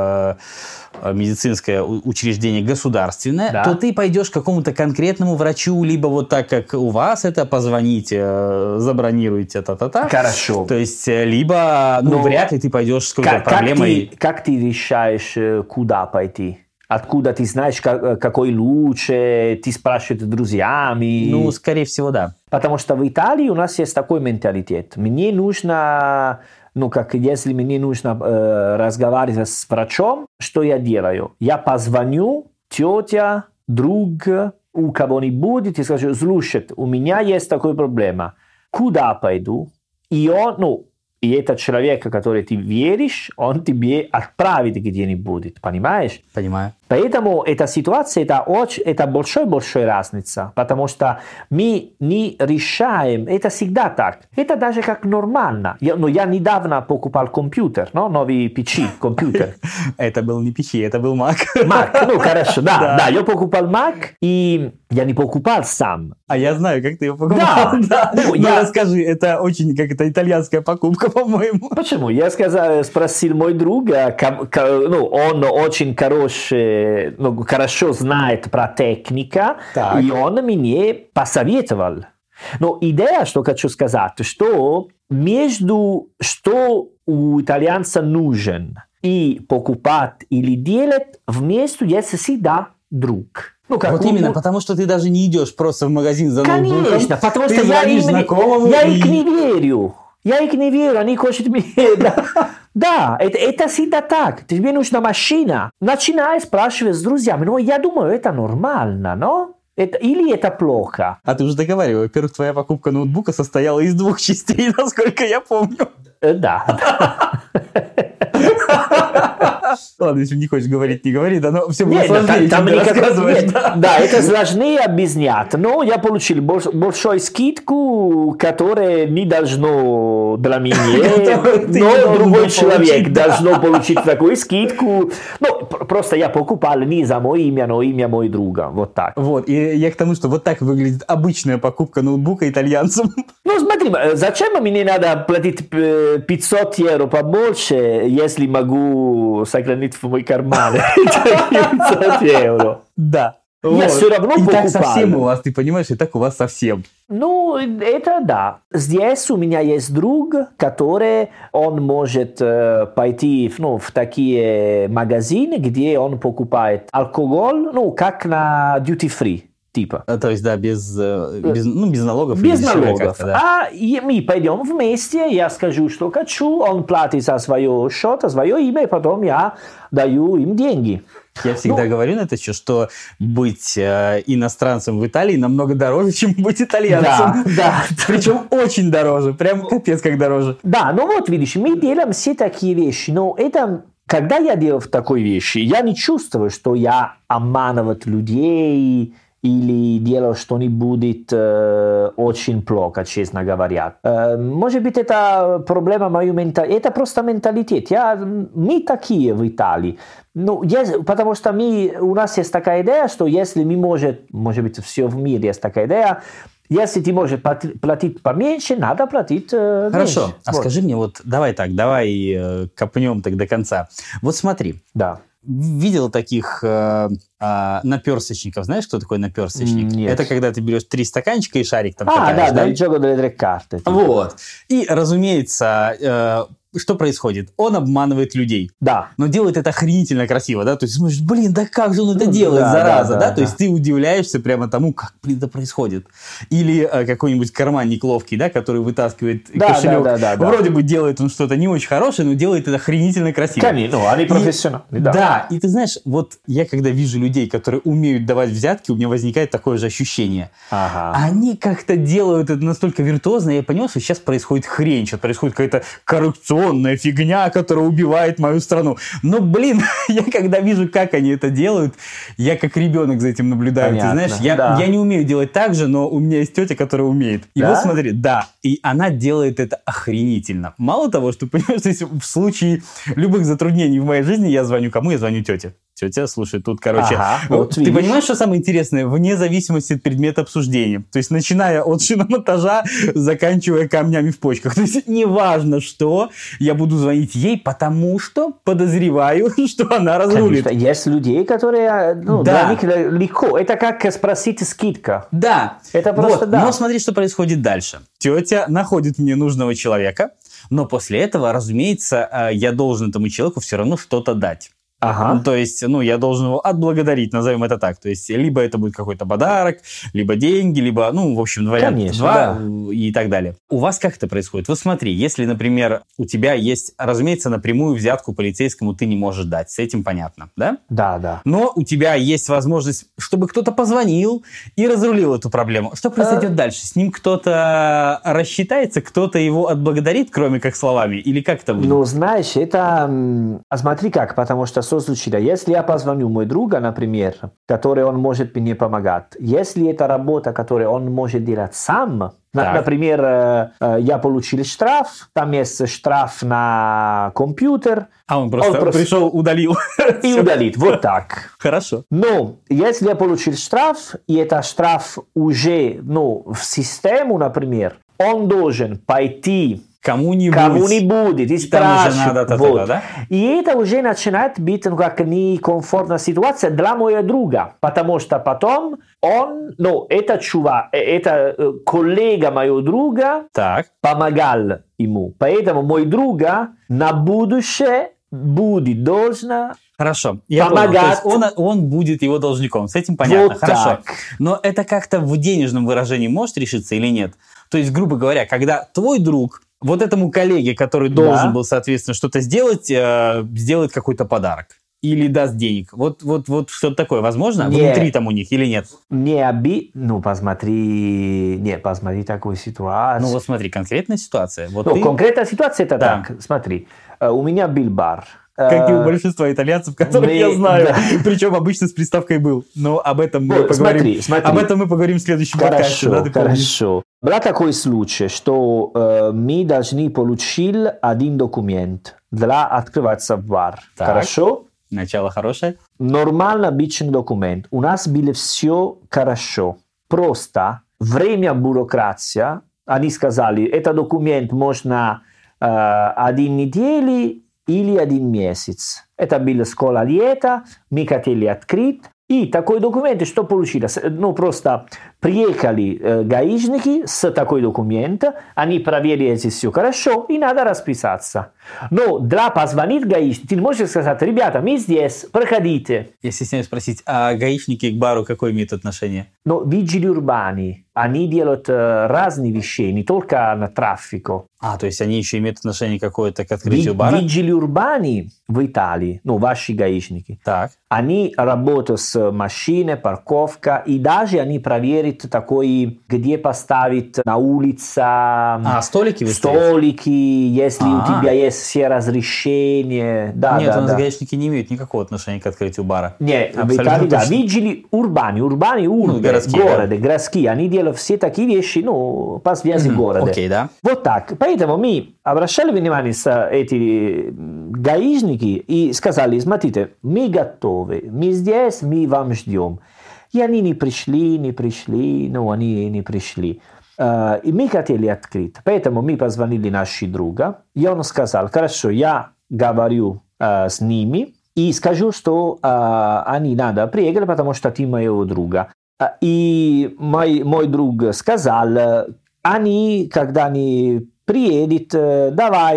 в медицинское учреждение государственное, да. то ты пойдешь к какому-то конкретному врачу, либо вот так, как у вас это, позвоните, забронируйте, та-та-та. Хорошо. То есть, либо, ну, Но вряд ли ты пойдешь с какой-то как, проблемой. Как ты, как ты решаешь, куда пойти? Откуда ты знаешь, как, какой лучше? Ты спрашиваешь друзьями? Ну, скорее всего, да. Потому что в Италии у нас есть такой менталитет. Мне нужно... Ну, как если мне нужно э, разговаривать с врачом, что я делаю? Я позвоню, тетя, друг, у кого-нибудь, и скажу, слушай, у меня есть такая проблема. Куда пойду? И он, ну, и этот человек, который ты веришь, он тебе отправит где-нибудь, понимаешь? Понимаю. Поэтому эта ситуация, это, очень, это большая-большая разница, потому что мы не решаем, это всегда так, это даже как нормально. Я, ну, я недавно покупал компьютер, no? Новый пи си, компьютер. Это был не пи си, это был Mac. Mac, ну хорошо, да, да, я покупал Mac, и я не покупал сам. А я знаю, как ты его покупал. Да, ну, я... расскажи, это очень, как это, итальянская покупка, по-моему. Почему? Я сказал, спросил мой друг, ну, он очень хороший, ну, хорошо знает про технику, так. И он мне посоветовал. Но идея, что хочу сказать, что между что у итальянца нужен и покупать или делать, вместе есть всегда друг. Ну, как вот у... именно, потому что ты даже не идешь просто в магазин за ноутбуком. Конечно, потому ты что я, им, я и... их не верю. Я их не верю, они хотят мне... Да, это, это всегда так. Тебе нужна машина. Начинай спрашивать с друзьями. Но я думаю, это нормально, но? Это, или это плохо? А ты уже договаривал. Во-первых, твоя покупка ноутбука состояла из двух частей, насколько я помню. Да. Ладно, если не хочешь говорить, не говори, да, но все было нет, сложнее, там, там чем ты рассказываешь. Нет, да. да, это сложнее объяснять, но я получил больш, большую скидку, которая не должно для меня, но другой человек должен получить такую скидку. Ну, просто я покупал не за мое имя, но имя моего друга, вот так. Вот, и я к тому, что вот так выглядит обычная покупка ноутбука итальянцам. Ну, смотри, зачем мне надо платить пятьсот евро побольше, если могу сохранить в мой карман пятьсот евро? Да. Я вот. все равно и покупал. Так совсем у вас, ты понимаешь, и так у вас совсем. Ну, это да. Здесь у меня есть друг, который, он может э, пойти ну, в такие магазины, где он покупает алкоголь, ну, как на duty free. Типа. А, то есть, да, без, без, ну, без налогов. Без налогов. Да. А и мы пойдем вместе, я скажу, что хочу, он платит за свое счет, за свое имя, и потом я даю им деньги. Я всегда ну, говорю на это, что быть э, иностранцем в Италии намного дороже, чем быть итальянцем. Да, да. Причем очень дороже, прям капец как дороже. Да, ну вот видишь, мы делаем все такие вещи, но это... Когда я делаю такой вещи, я не чувствую, что я обманываю людей, или делал что-нибудь э, очень плохо, честно говоря. Э, может быть, это проблема моей менталитета. Это просто менталитет. Я, мы такие в Италии. Ну, есть, потому что мы, у нас есть такая идея, что если мы можем, может быть, все в мире есть такая идея, если ты можешь платить поменьше, надо платить э, Хорошо. меньше. А вот. Скажи мне, вот давай так, давай э, копнем так до конца. Вот смотри. Да. Видел таких э, э, наперсточников. Знаешь, кто такой наперсточник? Нет. Это когда ты берешь три стаканчика и шарик там а, катаешь. А, да, да, il gioco delle tre carte. Типа. Вот. И, разумеется, э, что происходит? Он обманывает людей. Да. Но делает это охренительно красиво, да? То есть, смотришь, блин, да как же он это ну, делает, да, зараза, да? да? да То да. есть, ты удивляешься прямо тому, как, блин, это происходит. Или э, какой-нибудь карманник ловкий, да, который вытаскивает да, кошелек. Да, да, да, Вроде да. бы делает он что-то не очень хорошее, но делает это охренительно красиво. Конечно, ну, они профессионалы. Да. да, и ты знаешь, вот я когда вижу людей, которые умеют давать взятки, у меня возникает такое же ощущение. Ага. Они как-то делают это настолько виртуозно, я понял, что сейчас происходит хрень, сейчас происходит какая-то коррупционная коррупционная фигня, которая убивает мою страну. Но, блин, я когда вижу, как они это делают, я как ребенок за этим наблюдаю. Понятно. Ты знаешь, я, да. я не умею делать так же, но у меня есть тетя, которая умеет. И да? вот смотри, да, и она делает это охренительно. Мало того, что, понимаешь, если в случае любых затруднений в моей жизни я звоню кому? Я звоню тете. Тетя, слушай, тут, короче... Ага, вот ты видишь. Понимаешь, что самое интересное? Вне зависимости от предмета обсуждения. То есть, начиная от шиномонтажа, заканчивая камнями в почках. То есть, неважно что, я буду звонить ей, потому что подозреваю, что она разрулит. Конечно, есть людей, которые... Ну, да. Для них легко. Это как спросить скидка. Да. Это просто вот. Да. Но смотри, что происходит дальше. Тетя находит мне нужного человека, но после этого, разумеется, я должен этому человеку все равно что-то дать. Ага. Ну, то есть, ну, я должен его отблагодарить, назовем это так. То есть, либо это будет какой-то подарок, либо деньги, либо, ну, в общем, вариант Конечно, два да. и так далее. У вас как это происходит? Вот смотри, если, например, у тебя есть, разумеется, напрямую взятку полицейскому ты не можешь дать, с этим понятно, да? Да, да. Но у тебя есть возможность, чтобы кто-то позвонил и разрулил эту проблему. Что произойдет а... дальше? С ним кто-то рассчитается, кто-то его отблагодарит, кроме как словами? Или как это будет? Ну, знаешь, это... А смотри как, потому что что случится? Если я позвоню мой друга, например, который он может мне помогать, если это работа, которую он может делать сам, так. Например, я получил штраф, там есть штраф на компьютер. А он просто, он просто... пришел, удалил. И удалит, вот так. Хорошо. Но если я получил штраф, и это штраф уже ну, в систему, например, он должен пойти Кому-нибудь. Кому-нибудь. И спрашивать. Вот. Да? И это уже начинает быть ну, как некомфортная ситуация для моего друга. Потому что потом он, ну, это чувак, это коллега моего друга так. помогал ему. Поэтому мой друг на будущее будет должен... Хорошо, я понял. То есть он, он будет его должником. С этим понятно. Вот Хорошо. Так. Но это как-то в денежном выражении может решиться или нет? То есть, грубо говоря, когда твой друг вот этому коллеге, который должен да. был, соответственно, что-то сделать, э, сделает какой-то подарок. Или даст денег. Вот, вот, вот что-то такое возможно? Не, внутри там у них или нет? Не оби... Ну, посмотри... Не, посмотри такую ситуацию. Ну, вот смотри, конкретная ситуация. Вот ну, ты... конкретная ситуация это да. так. Смотри, у меня был бар. Как и у большинства итальянцев, которых мы... я знаю. Да. Причем обычно с приставкой «был». Но об этом мы ну, поговорим. Смотри, смотри. Об этом мы поговорим в следующем хорошо, подкасте. Да, хорошо. Был такой случай, что э, мы должны получить один документ для открываться в бар. Так. Хорошо? Начало хорошее. Нормально обычный документ. У нас было все хорошо. Просто время бюрократия. Они сказали, этот документ можно э, один неделю или один месяц. Это была школа лета, мы хотели открыть. И такой документ, что получилось? Ну, просто приехали э, гаишники с такой документом, они проверили, если все хорошо, и надо расписаться. Но для позвонить гаишнику, ты не можешь сказать, ребята, мы здесь, проходите. Я стесняюсь спросить, а гаишники к бару какое имеют отношение? Ну, vigili urbani, они делают э, разные вещи, не только на трафику. А, то есть они еще имеют отношение какое-то к открытию Ви- бара? Vigili urbani в Италии, ну, ваши гаишники, так. они работают с машиной, парковка, и даже они проверят такой, где поставить на улице а, столики, столики, если А-а-а. у тебя есть все разрешения. Да, Нет, да, у нас да. гаишники не имеют никакого отношения к открытию бара. Нет, в Италии, да. Vigili urbani, urbani urbe, ну, городские, города, да. городские, они делают все такие вещи, ну, по связи mm-hmm. города. Окей, да. Вот так. Поэтому мы обращали внимание с эти гаишники и сказали, смотрите, мы готовы, мы здесь, мы вам ждем. И они не пришли, не пришли, ну, они не пришли. Uh, и мы хотели открыть. Поэтому мы позвонили нашему другу, и он сказал, хорошо, я говорю uh, с ними и скажу, что uh, они надо приехать, потому что ты моего друга. Uh, и мой, мой друг сказал, они, когда они приедут,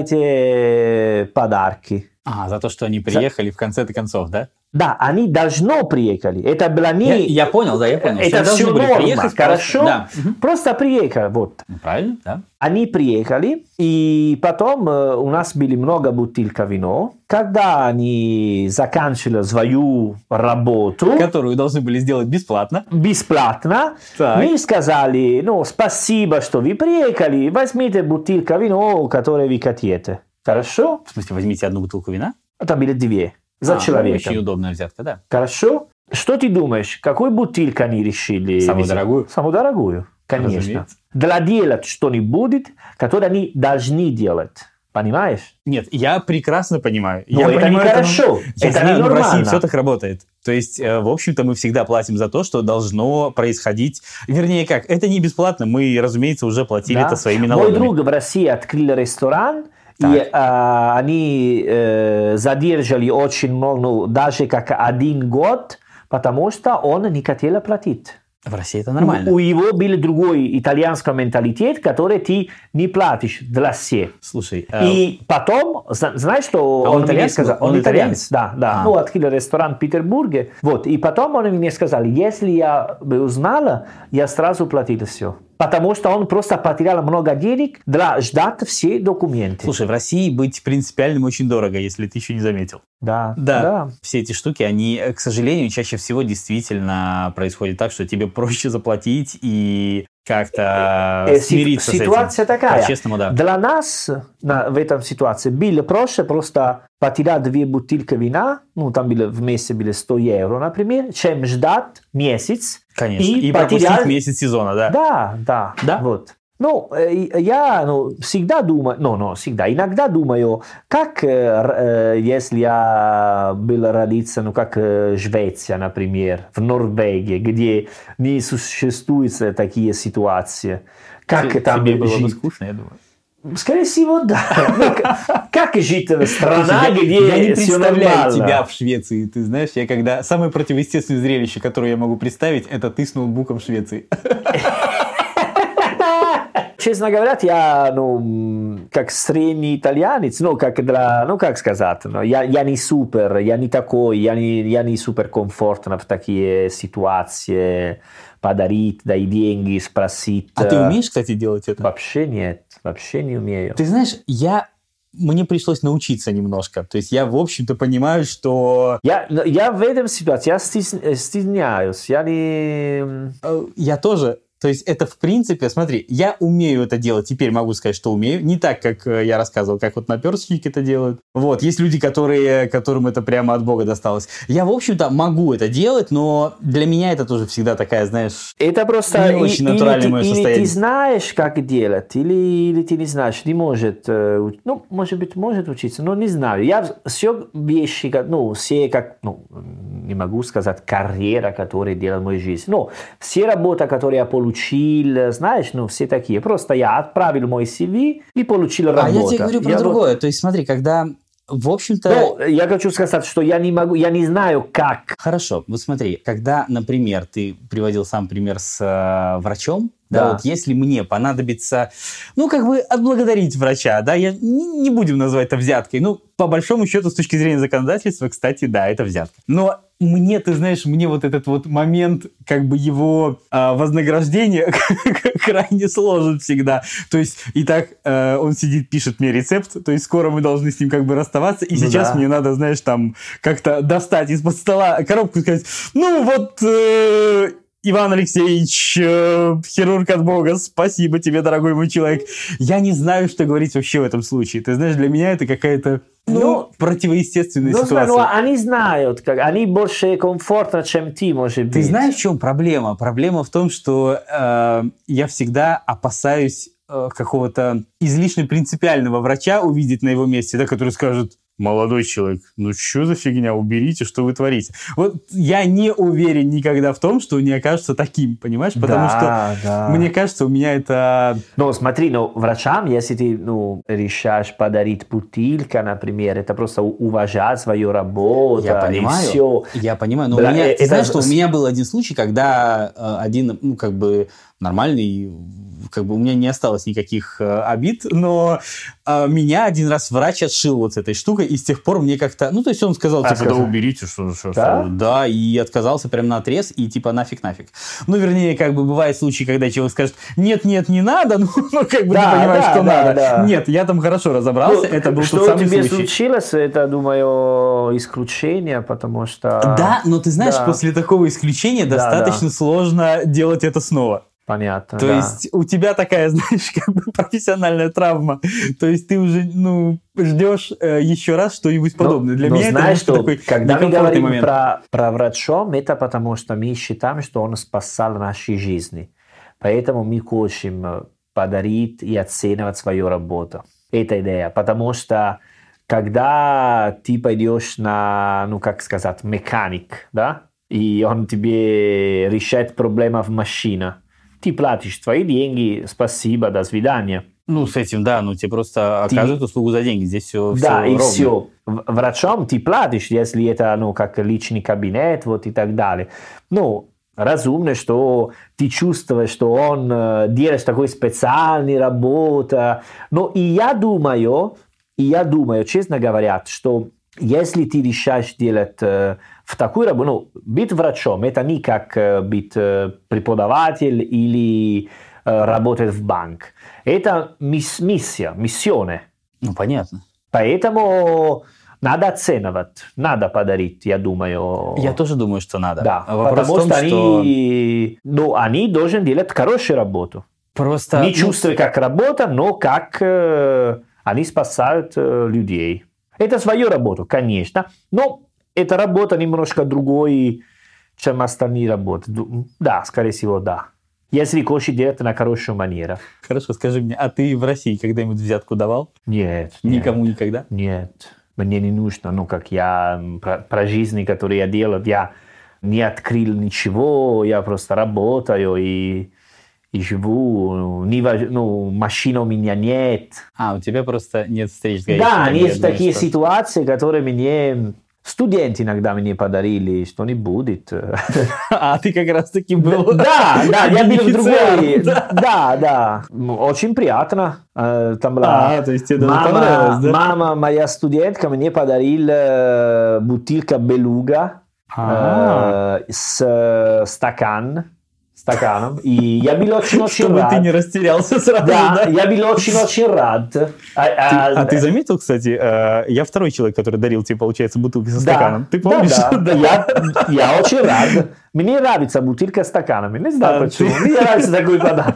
давайте подарки. А, за то, что они приехали за... в конце-то концов, да? Да, они должны приехали. Это было не... Я, я понял, да, я понял. Это все норма, приехать, хорошо. Да. Просто приехали, вот. Правильно, да. Они приехали, и потом у нас было много бутылок вина. Когда они заканчивали свою работу... Которую должны были сделать бесплатно. Бесплатно. Так. Мы сказали, ну, спасибо, что вы приехали, возьмите бутылку вина, которую вы хотите. Хорошо? В смысле, возьмите одну бутылку вина? А там были две. За а, человека. Очень удобная взятка, да. Хорошо? Что ты думаешь, какую бутылку они решили? Самую дорогую? Самую дорогую, конечно. Разумеется. Для делать что-нибудь, которое они должны делать. Понимаешь? Нет, я прекрасно понимаю. Но я это понимаю, нехорошо. Я Это знаю, но в России ненормально. все так работает. То есть, э, в общем-то, мы всегда платим за то, что должно происходить. Вернее, как, это не бесплатно. Мы, разумеется, уже платили Да. это своими Мой налогами. друг в России открыл ресторан, Так. и а, они э, задержали очень много, ну, даже как один год, потому что он не хотел платить. В России это нормально. У, у него был другой итальянский менталитет, который ты не платишь для всех. Слушай, э, И потом, зна- знаешь, что А он, он мне итальянец сказал? был? Он, Он итальянец, итальянец? да, да. А. Ну, открыл ресторан в Петербурге. Вот. И потом он мне сказал, если я бы узнала, я сразу платил все. Потому что он просто потерял много денег для ждать все документы. слушай, в России быть принципиальным очень дорого, если ты еще не заметил. Да, Да. да. Все эти штуки, они, к сожалению, чаще всего действительно происходит так, что тебе проще заплатить и как-то Э, си- смириться ситуация с этим. такая. По-честному, да. Для нас на, в этом ситуации было проще просто потерять две бутылки вина, ну там было вместе было сто евро, например, чем ждать месяц. Конечно. И И, пропустить потерял- месяц сезона, да. Да, да, Да? вот. Ну, э, я ну, всегда думаю, ну, ну, всегда, иногда думаю, как, э, р- э, если я был родиться, ну, как э, Швеция, например, в Норвегии, где не существуют такие ситуации, как Те- там Тебе было бы жить? скучно, я думаю. Скорее всего, да. Ну, к- как жить в стране, Слушай, где я, я не все представляю нормально? тебя в Швеции. Ты знаешь, я когда... Самое противоестественное зрелище, которое я могу представить, это ты с ноутбуком в Швеции. Честно говоря, я, ну, как средний итальянец, ну, как для, ну, как сказать, ну, я, я не супер, я не такой, я не, я не супер комфортно в такие ситуации, подарить, дай деньги, спросить. А ты умеешь, кстати, делать это? Вообще нет, вообще не умею. Ты знаешь, я... Мне пришлось научиться немножко. То есть я, в общем-то, понимаю, что... Я, я в этом ситуации, я стесня- стесняюсь, я не... э, Я тоже... То есть это, в принципе, смотри, я умею это делать, теперь могу сказать, что умею. Не так, как э, я рассказывал, как вот наперстники это делают. Вот, есть люди, которые, которым это прямо от Бога досталось. Я, в общем-то, могу это делать, но для меня это тоже всегда такая, знаешь... Это просто Не и- очень или, натуральное ты, мое или состояние. ты знаешь, как делать, или, или ты не знаешь, не может, э, уч- ну, может быть, может учиться, но не знаю. Я все вещи, как- ну, все, как, ну, не могу сказать, карьера, которая делает мою жизнь, но все работы, которые я получил, знаешь, ну, все такие. Просто я отправил мой си ви и получил работу. А я тебе говорю про Я другое. То есть смотри, когда, в общем-то... вот- Ну, я хочу сказать, что я не могу, я не знаю, как. Хорошо, вот смотри, когда, например, ты приводил сам пример с э, врачом, да, Да. вот если мне понадобится, ну, как бы отблагодарить врача, да, я не, не будем называть это взяткой, ну, по большому счету, с точки зрения законодательства, кстати, да, это взятка. Но мне, ты знаешь, мне вот этот вот момент, как бы его э, вознаграждения крайне сложен всегда. То есть, и так э, он сидит, пишет мне рецепт, то есть скоро мы должны с ним как бы расставаться, и Ну сейчас да. мне надо, знаешь, там как-то достать из-под стола коробку и сказать, ну вот... э, Иван Алексеевич, э, хирург от Бога, спасибо тебе, дорогой мой человек. Я не знаю, что говорить вообще в этом случае. Ты знаешь, для меня это какая-то ну, Ну, противоестественная Ну, ситуация. ну, они знают, как, они больше комфортно, чем ты, может быть. Ты знаешь, в чем проблема? Проблема в том, что э, я всегда опасаюсь э, какого-то излишне принципиального врача увидеть на его месте, да, который скажет: молодой человек, ну что за фигня, уберите, что вы творите. Вот я не уверен никогда в том, что он не окажется таким, понимаешь? Потому Да, что да. мне кажется, у меня это... Ну, смотри, ну, врачам, если ты ну, решаешь подарить бутылку, например, это просто у- уважать свою работу. Я понимаю, Все. я понимаю, но Бля, у меня, э, ты это знаешь, что с- у меня был один случай, когда э, один, ну, как бы нормальный, как бы у меня не осталось никаких э, обид, но э, меня один раз врач отшил вот с этой штукой, и с тех пор мне как-то, ну, то есть он сказал, А, типа, да сказал. уберите, что, что, Да? что, да, и отказался прям наотрез, и типа нафиг-нафиг. Ну, вернее, как бы бывают случаи, когда человек скажет, нет-нет, не надо, ну, ну, как бы Да, ты понимаешь, да, что да, надо. да. Нет, я там хорошо разобрался, Ну, это был что тот самый тебе случай. случилось, это, думаю, исключение, потому что... Да, но ты знаешь, Да. после такого исключения Да, достаточно да. сложно делать это снова. Понятно, То да. есть у тебя такая, знаешь, как бы профессиональная травма. То есть ты уже, ну, ждешь э, еще раз что-нибудь подобное. Для но меня знаешь, это что такой когда мы некомфортный говорим момент. про, про врачом, это потому что мы считаем, что он спасал наши жизни. Поэтому мы хотим подарить и оценивать свою работу. Это идея. Потому что когда ты пойдешь на, ну как сказать, механик, да, и он тебе решает проблему в машине, ты платишь твои деньги, спасибо, до свидания. Ну, с этим, да, ну тебе просто Ты- оказывают услугу за деньги. Здесь все, Да, и ровно. все. Врачом ты платишь, если это, ну, как личный кабинет, вот и так далее. Ну, разумно, что ты чувствуешь, что он э, делает такой специальный работа. Но и я думаю, и я думаю, честно говоря, что если ты решаешь делать э, в такую работу, ну, быть врачом, это не как э, быть э, преподаватель или э, работать в банк. Это мисс- миссия, миссионе. Ну, понятно. Поэтому надо оценивать, надо подарить, я думаю. Я тоже думаю, что надо. Да, А вопрос потому в том, что, что они, ну, они должны делать хорошую работу. просто... Не ну, чувствуя как работа, но как э, они спасают э, людей. Это свою работу, конечно, но эта работа немножко другой, чем остальные работы. Ду- Да, скорее всего, да. Если хочешь делать на хорошую манеру. Хорошо, скажи мне, а ты в России когда-нибудь взятку давал? Нет, нет. Никому никогда? Нет, мне не нужно, ну, как я, про, про жизнь, которую я делал, я не открыл ничего, я просто работаю и, и живу, не, вож- ну, машины у меня нет. А, у тебя просто нет встреч с Да, гаишниками, я есть думаю, такие что- ситуации, которые мне студенты иногда мне подарили, что не будет. А, ты как раз таки был... Да, да, я был в другой. бенефициар, да. Да, да, очень приятно. Э, Там была А, то есть тебе даже мама, понравилось, да? мама, моя студентка, мне подарила э, бутылка Белуга А. э, с э, стакан, стаканом. И я был очень-очень Чтобы ты рад. не растерялся сразу, Да, да? я был очень-очень рад. А, Ты- а, А ты заметил, кстати, э, я второй человек, который дарил тебе, получается, бутылки со да, стаканом. Ты помнишь? Да, да. Я, я очень рад. Мне нравится бутылка с стаканами. Не знаю А, почему. ты- Мне нравится такой подарок.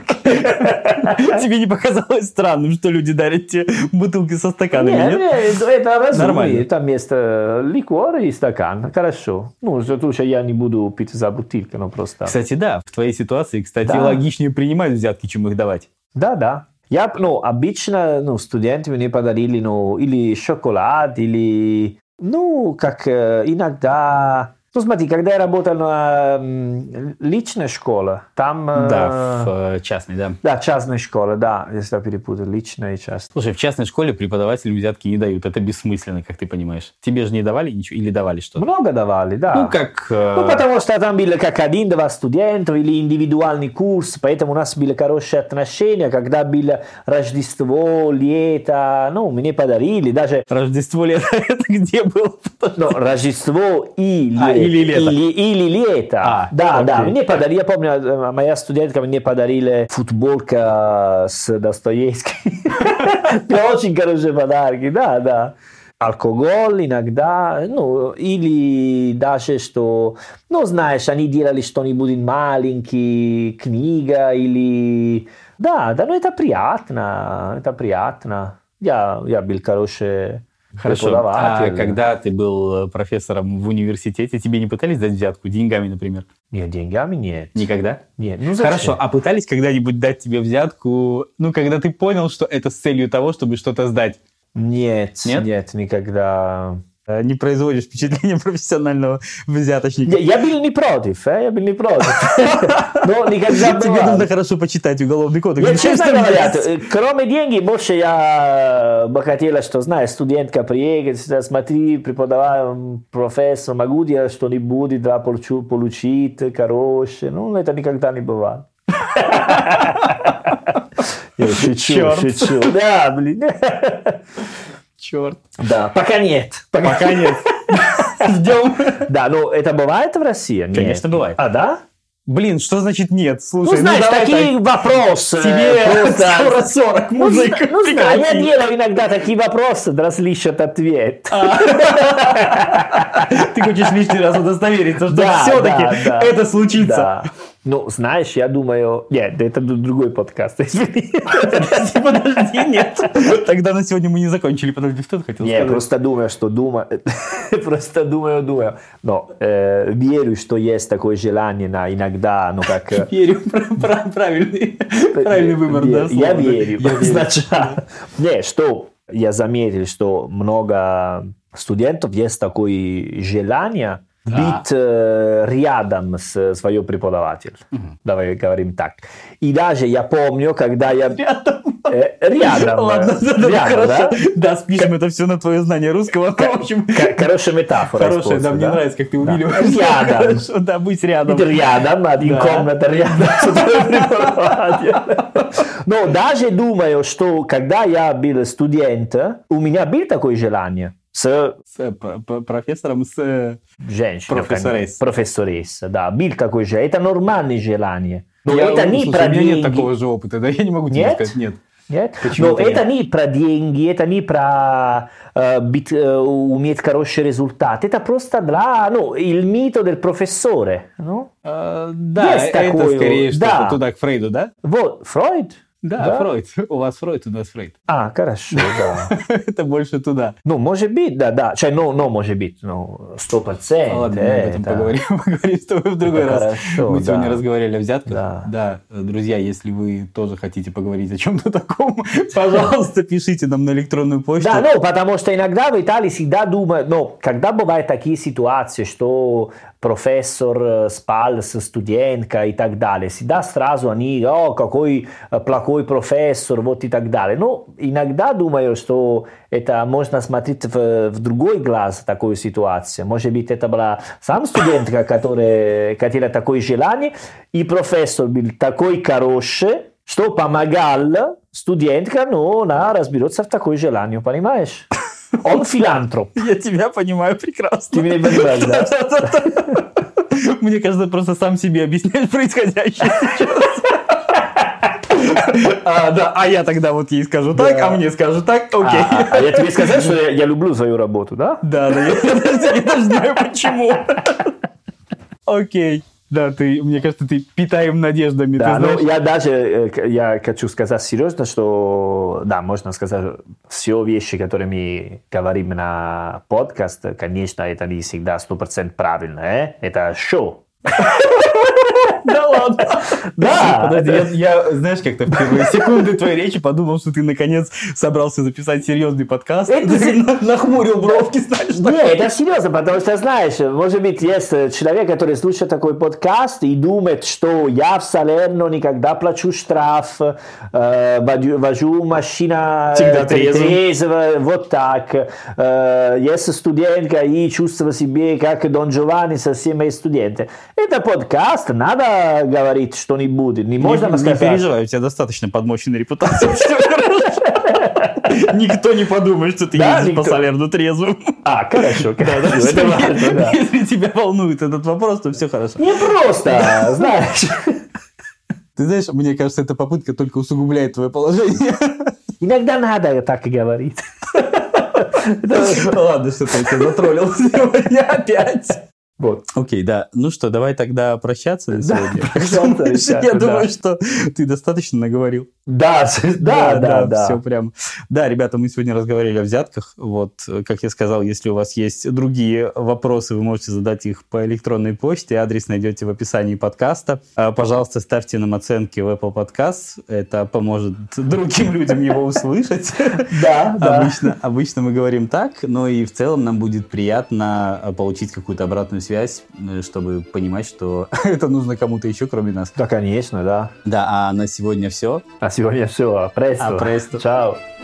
Тебе не показалось странным, что люди дарят тебе бутылки со стаканами, Нет, нет? нет, это разумно. Нормально. Там есть э, ликер и стакан. Хорошо. Ну, потому что я не буду пить за бутылку, но просто... Кстати, да, в твоей ситуации, кстати, Да. логичнее принимать взятки, чем их давать. Да, да. Я, ну, обычно, ну, студенты мне подарили, ну, или шоколад, или, ну, как э, иногда... Ну, смотри, когда я работал на м, личной школе, там... э, Да, в э, частной, да. Да, частная школа, да, если я перепутал, личная и частная. Слушай, в частной школе преподаватели взятки не дают. Это бессмысленно, как ты понимаешь. Тебе же не давали ничего или давали что-то? Много давали, да. Ну, как... э, Ну, потому что там было как один-два студента или индивидуальный курс, поэтому у нас были хорошие отношения. Когда было Рождество, лето, ну, мне подарили даже... Рождество лето, это где было? Ну, Рождество и А, лето. или лето. Или, или лето. А, да, окей. да. Мне подарили, я помню, э, моя студентка мне подарили футболка с Достоевским. Очень хорошие подарки, да, да. Алкоголь иногда, ну, или даже что, ну, знаешь, они делали что-нибудь маленький, книга или... Да, да, ну, это приятно, это приятно. Я, я был хороший Хорошо. А преподаватель. когда ты был профессором в университете, тебе не пытались дать взятку деньгами, например? Нет, деньгами нет. Никогда? Нет, ну зачем? Хорошо, а пытались когда-нибудь дать тебе взятку, ну, когда ты понял, что это с целью того, чтобы что-то сдать? Нет, Нет? нет, никогда. Э, Не производишь впечатление профессионального взяточника. Я, я был не против, э, я был не против. Но никогда Тебе бывало. нужно хорошо почитать уголовный кодекс. Я, честно Чтобы говоря, есть. э, кроме денег, больше я бы хотела, что, знаешь, студентка приедет, смотри, преподаватель, профессор, могу делать что-нибудь, да, получу- получить, хорошее. Ну, это никогда не бывало. Я шучу, Черт. шучу. Да, блин. Черт. Да, пока нет. Пока нет. Ждем. Да, ну это бывает в России? Нет. Конечно, бывает. А, да? Блин, что значит нет? Ну, Слушай, знаешь, давай такие вопросы. так. Тебе просто- скоро сорок, Ну, мужик. зна- ну, знаю, я прекрати. делаю иногда такие вопросы, да слышат ответ. Ты хочешь лишний раз удостовериться, что Да, все-таки да, да. это случится. Да. Ну, знаешь, я думаю... Нет, это другой подкаст, извини. Подожди, нет. Тогда на сегодня мы не закончили. Подожди, что ты хотел сказать? Я просто думаю, что думаю... Просто думаю, думаю. Но э, верю, что есть такое желание на иногда, ну как... э, Верю, правильный, правильный выбор, да, слова. Я верю. Я верю. Сначала. Не, что я заметил, что много студентов есть такое желание Да. быть э, рядом с своим преподавателем. Давай говорим так. И даже я помню, когда я... Рядом. Э, рядом. Ладно, э, да, да, рядом, хорошо. да? Да, спишем это все на твое знание русского. В общем, К- Хорошая метафора. хорошая, да, использовал, мне нравится, как ты Да. увиливаешь. Рядом. Хорошо, да, быть рядом. Быть рядом, один Да. комната рядом с твоим преподавателем. Но даже думаю, что когда я был студент, у меня было такое желание с С э, п- п- профессором, с... э, женщиной. Профессоресса. Профессоресса, да, был такое желание. Это нормальное желание. Но я- это не слушай, про у меня нет деньги. такого же опыта, да, я не могу тебе Нет? сказать, нет. Нет? Почему Но это это нет? не про деньги, это не про э, быть, э, уметь хороший результат. Это просто для, ну, il mito del professore. Ну? А, да, Есть это такое, скорее да. что-то туда, к Фрейду, да? Вот, Фройд? Да, Фройд. У вас Фройд, у нас Фрейд. А, хорошо, да. Это больше туда. Ну, может быть, да, да. Cioè, ну, ну, может быть, ну, сто процентов. Ладно, мы об этом это- поговорим, поговорим с тобой в другой Это раз. хорошо, Мы сегодня да. разговаривали о взятках. Да. Да, друзья, если вы тоже хотите поговорить о чем-то таком, пожалуйста, пишите нам на электронную почту. Да, ну, потому что иногда в Италии всегда думают, ну, когда бывают такие ситуации, что профессор э, спал с студенткой и так далее, всегда сразу они, о, какой э, плохой профессор, вот и так далее. Ну, иногда думаю, что это можно смотреть в, в другой глаз, такую ситуацию. Может быть, это была сам студентка, которая хотела такое желание, и профессор был такой хороший, что помогал студентка, но она разберется в такое желание, понимаешь? Он филантроп. Я тебя понимаю прекрасно. Ты меня понимаешь, да? Мне кажется, просто сам себе объяснять происходящее сейчас. А, да, а я тогда вот ей скажу так, Да. а мне скажу так, окей. А, а я тебе сказал, что я, я люблю свою работу, да? Да, да, я, я даже знаю почему. Окей. Да, ты, мне кажется, ты питаем надеждами, Да, ты ну знаешь. я даже э, я хочу сказать серьезно, что да, можно сказать, все вещи, которые мы говорим на подкаст, конечно, это не всегда сто процентов правильно, э? Это шоу. Да ладно. Да. Подожди, я, я, знаешь, как-то в первые секунды твоей речи подумал, что ты наконец собрался записать серьезный подкаст. Это Ты се- на- нахмурил бровки, знаешь. так. Нет, это серьезно, потому что, знаешь, может быть, есть человек, который слушает такой подкаст и думает, что я в Салерно никогда плачу штраф, э, водю, вожу машина Всегда э, трезвым. трезво, вот так. Э, есть студентка и чувствую себя как Дон Джованни со всеми студентами. Это подкаст, надо говорить что-нибудь, не можно не, не сказать. переживай, у тебя достаточно подмоченная репутация. Всё хорошо. Никто не подумает, что ты Да, ездишь по никто. Салерну трезвым. А, хорошо, Да, да, хорошо, это важно, да. Если тебя волнует этот вопрос, то все хорошо. Не просто, знаешь. Ты знаешь, мне кажется, эта попытка только усугубляет твое положение. Иногда надо так говорить. Ладно, что-то я тебя затроллил сегодня опять. Вот. Окей, да. Ну что, давай тогда прощаться на Да, сегодня. прощаться, Я ребята, думаю, да. что ты достаточно наговорил. Да, да, да, да. Все прям. Да, ребята, мы сегодня разговаривали о взятках. Вот, как я сказал, если у вас есть другие вопросы, вы можете задать их по электронной почте. Адрес найдете в описании подкаста. А, Пожалуйста, ставьте нам оценки в Apple Podcast. Это поможет другим людям его услышать. Да, да. Обычно, обычно мы говорим так, но и в целом нам будет приятно а, получить какую-то обратную связь, э, чтобы понимать, что это нужно кому-то еще, кроме нас. Да, конечно, да. Да, а на сегодня все. А сегодня все. Престо. А, престо. Чао.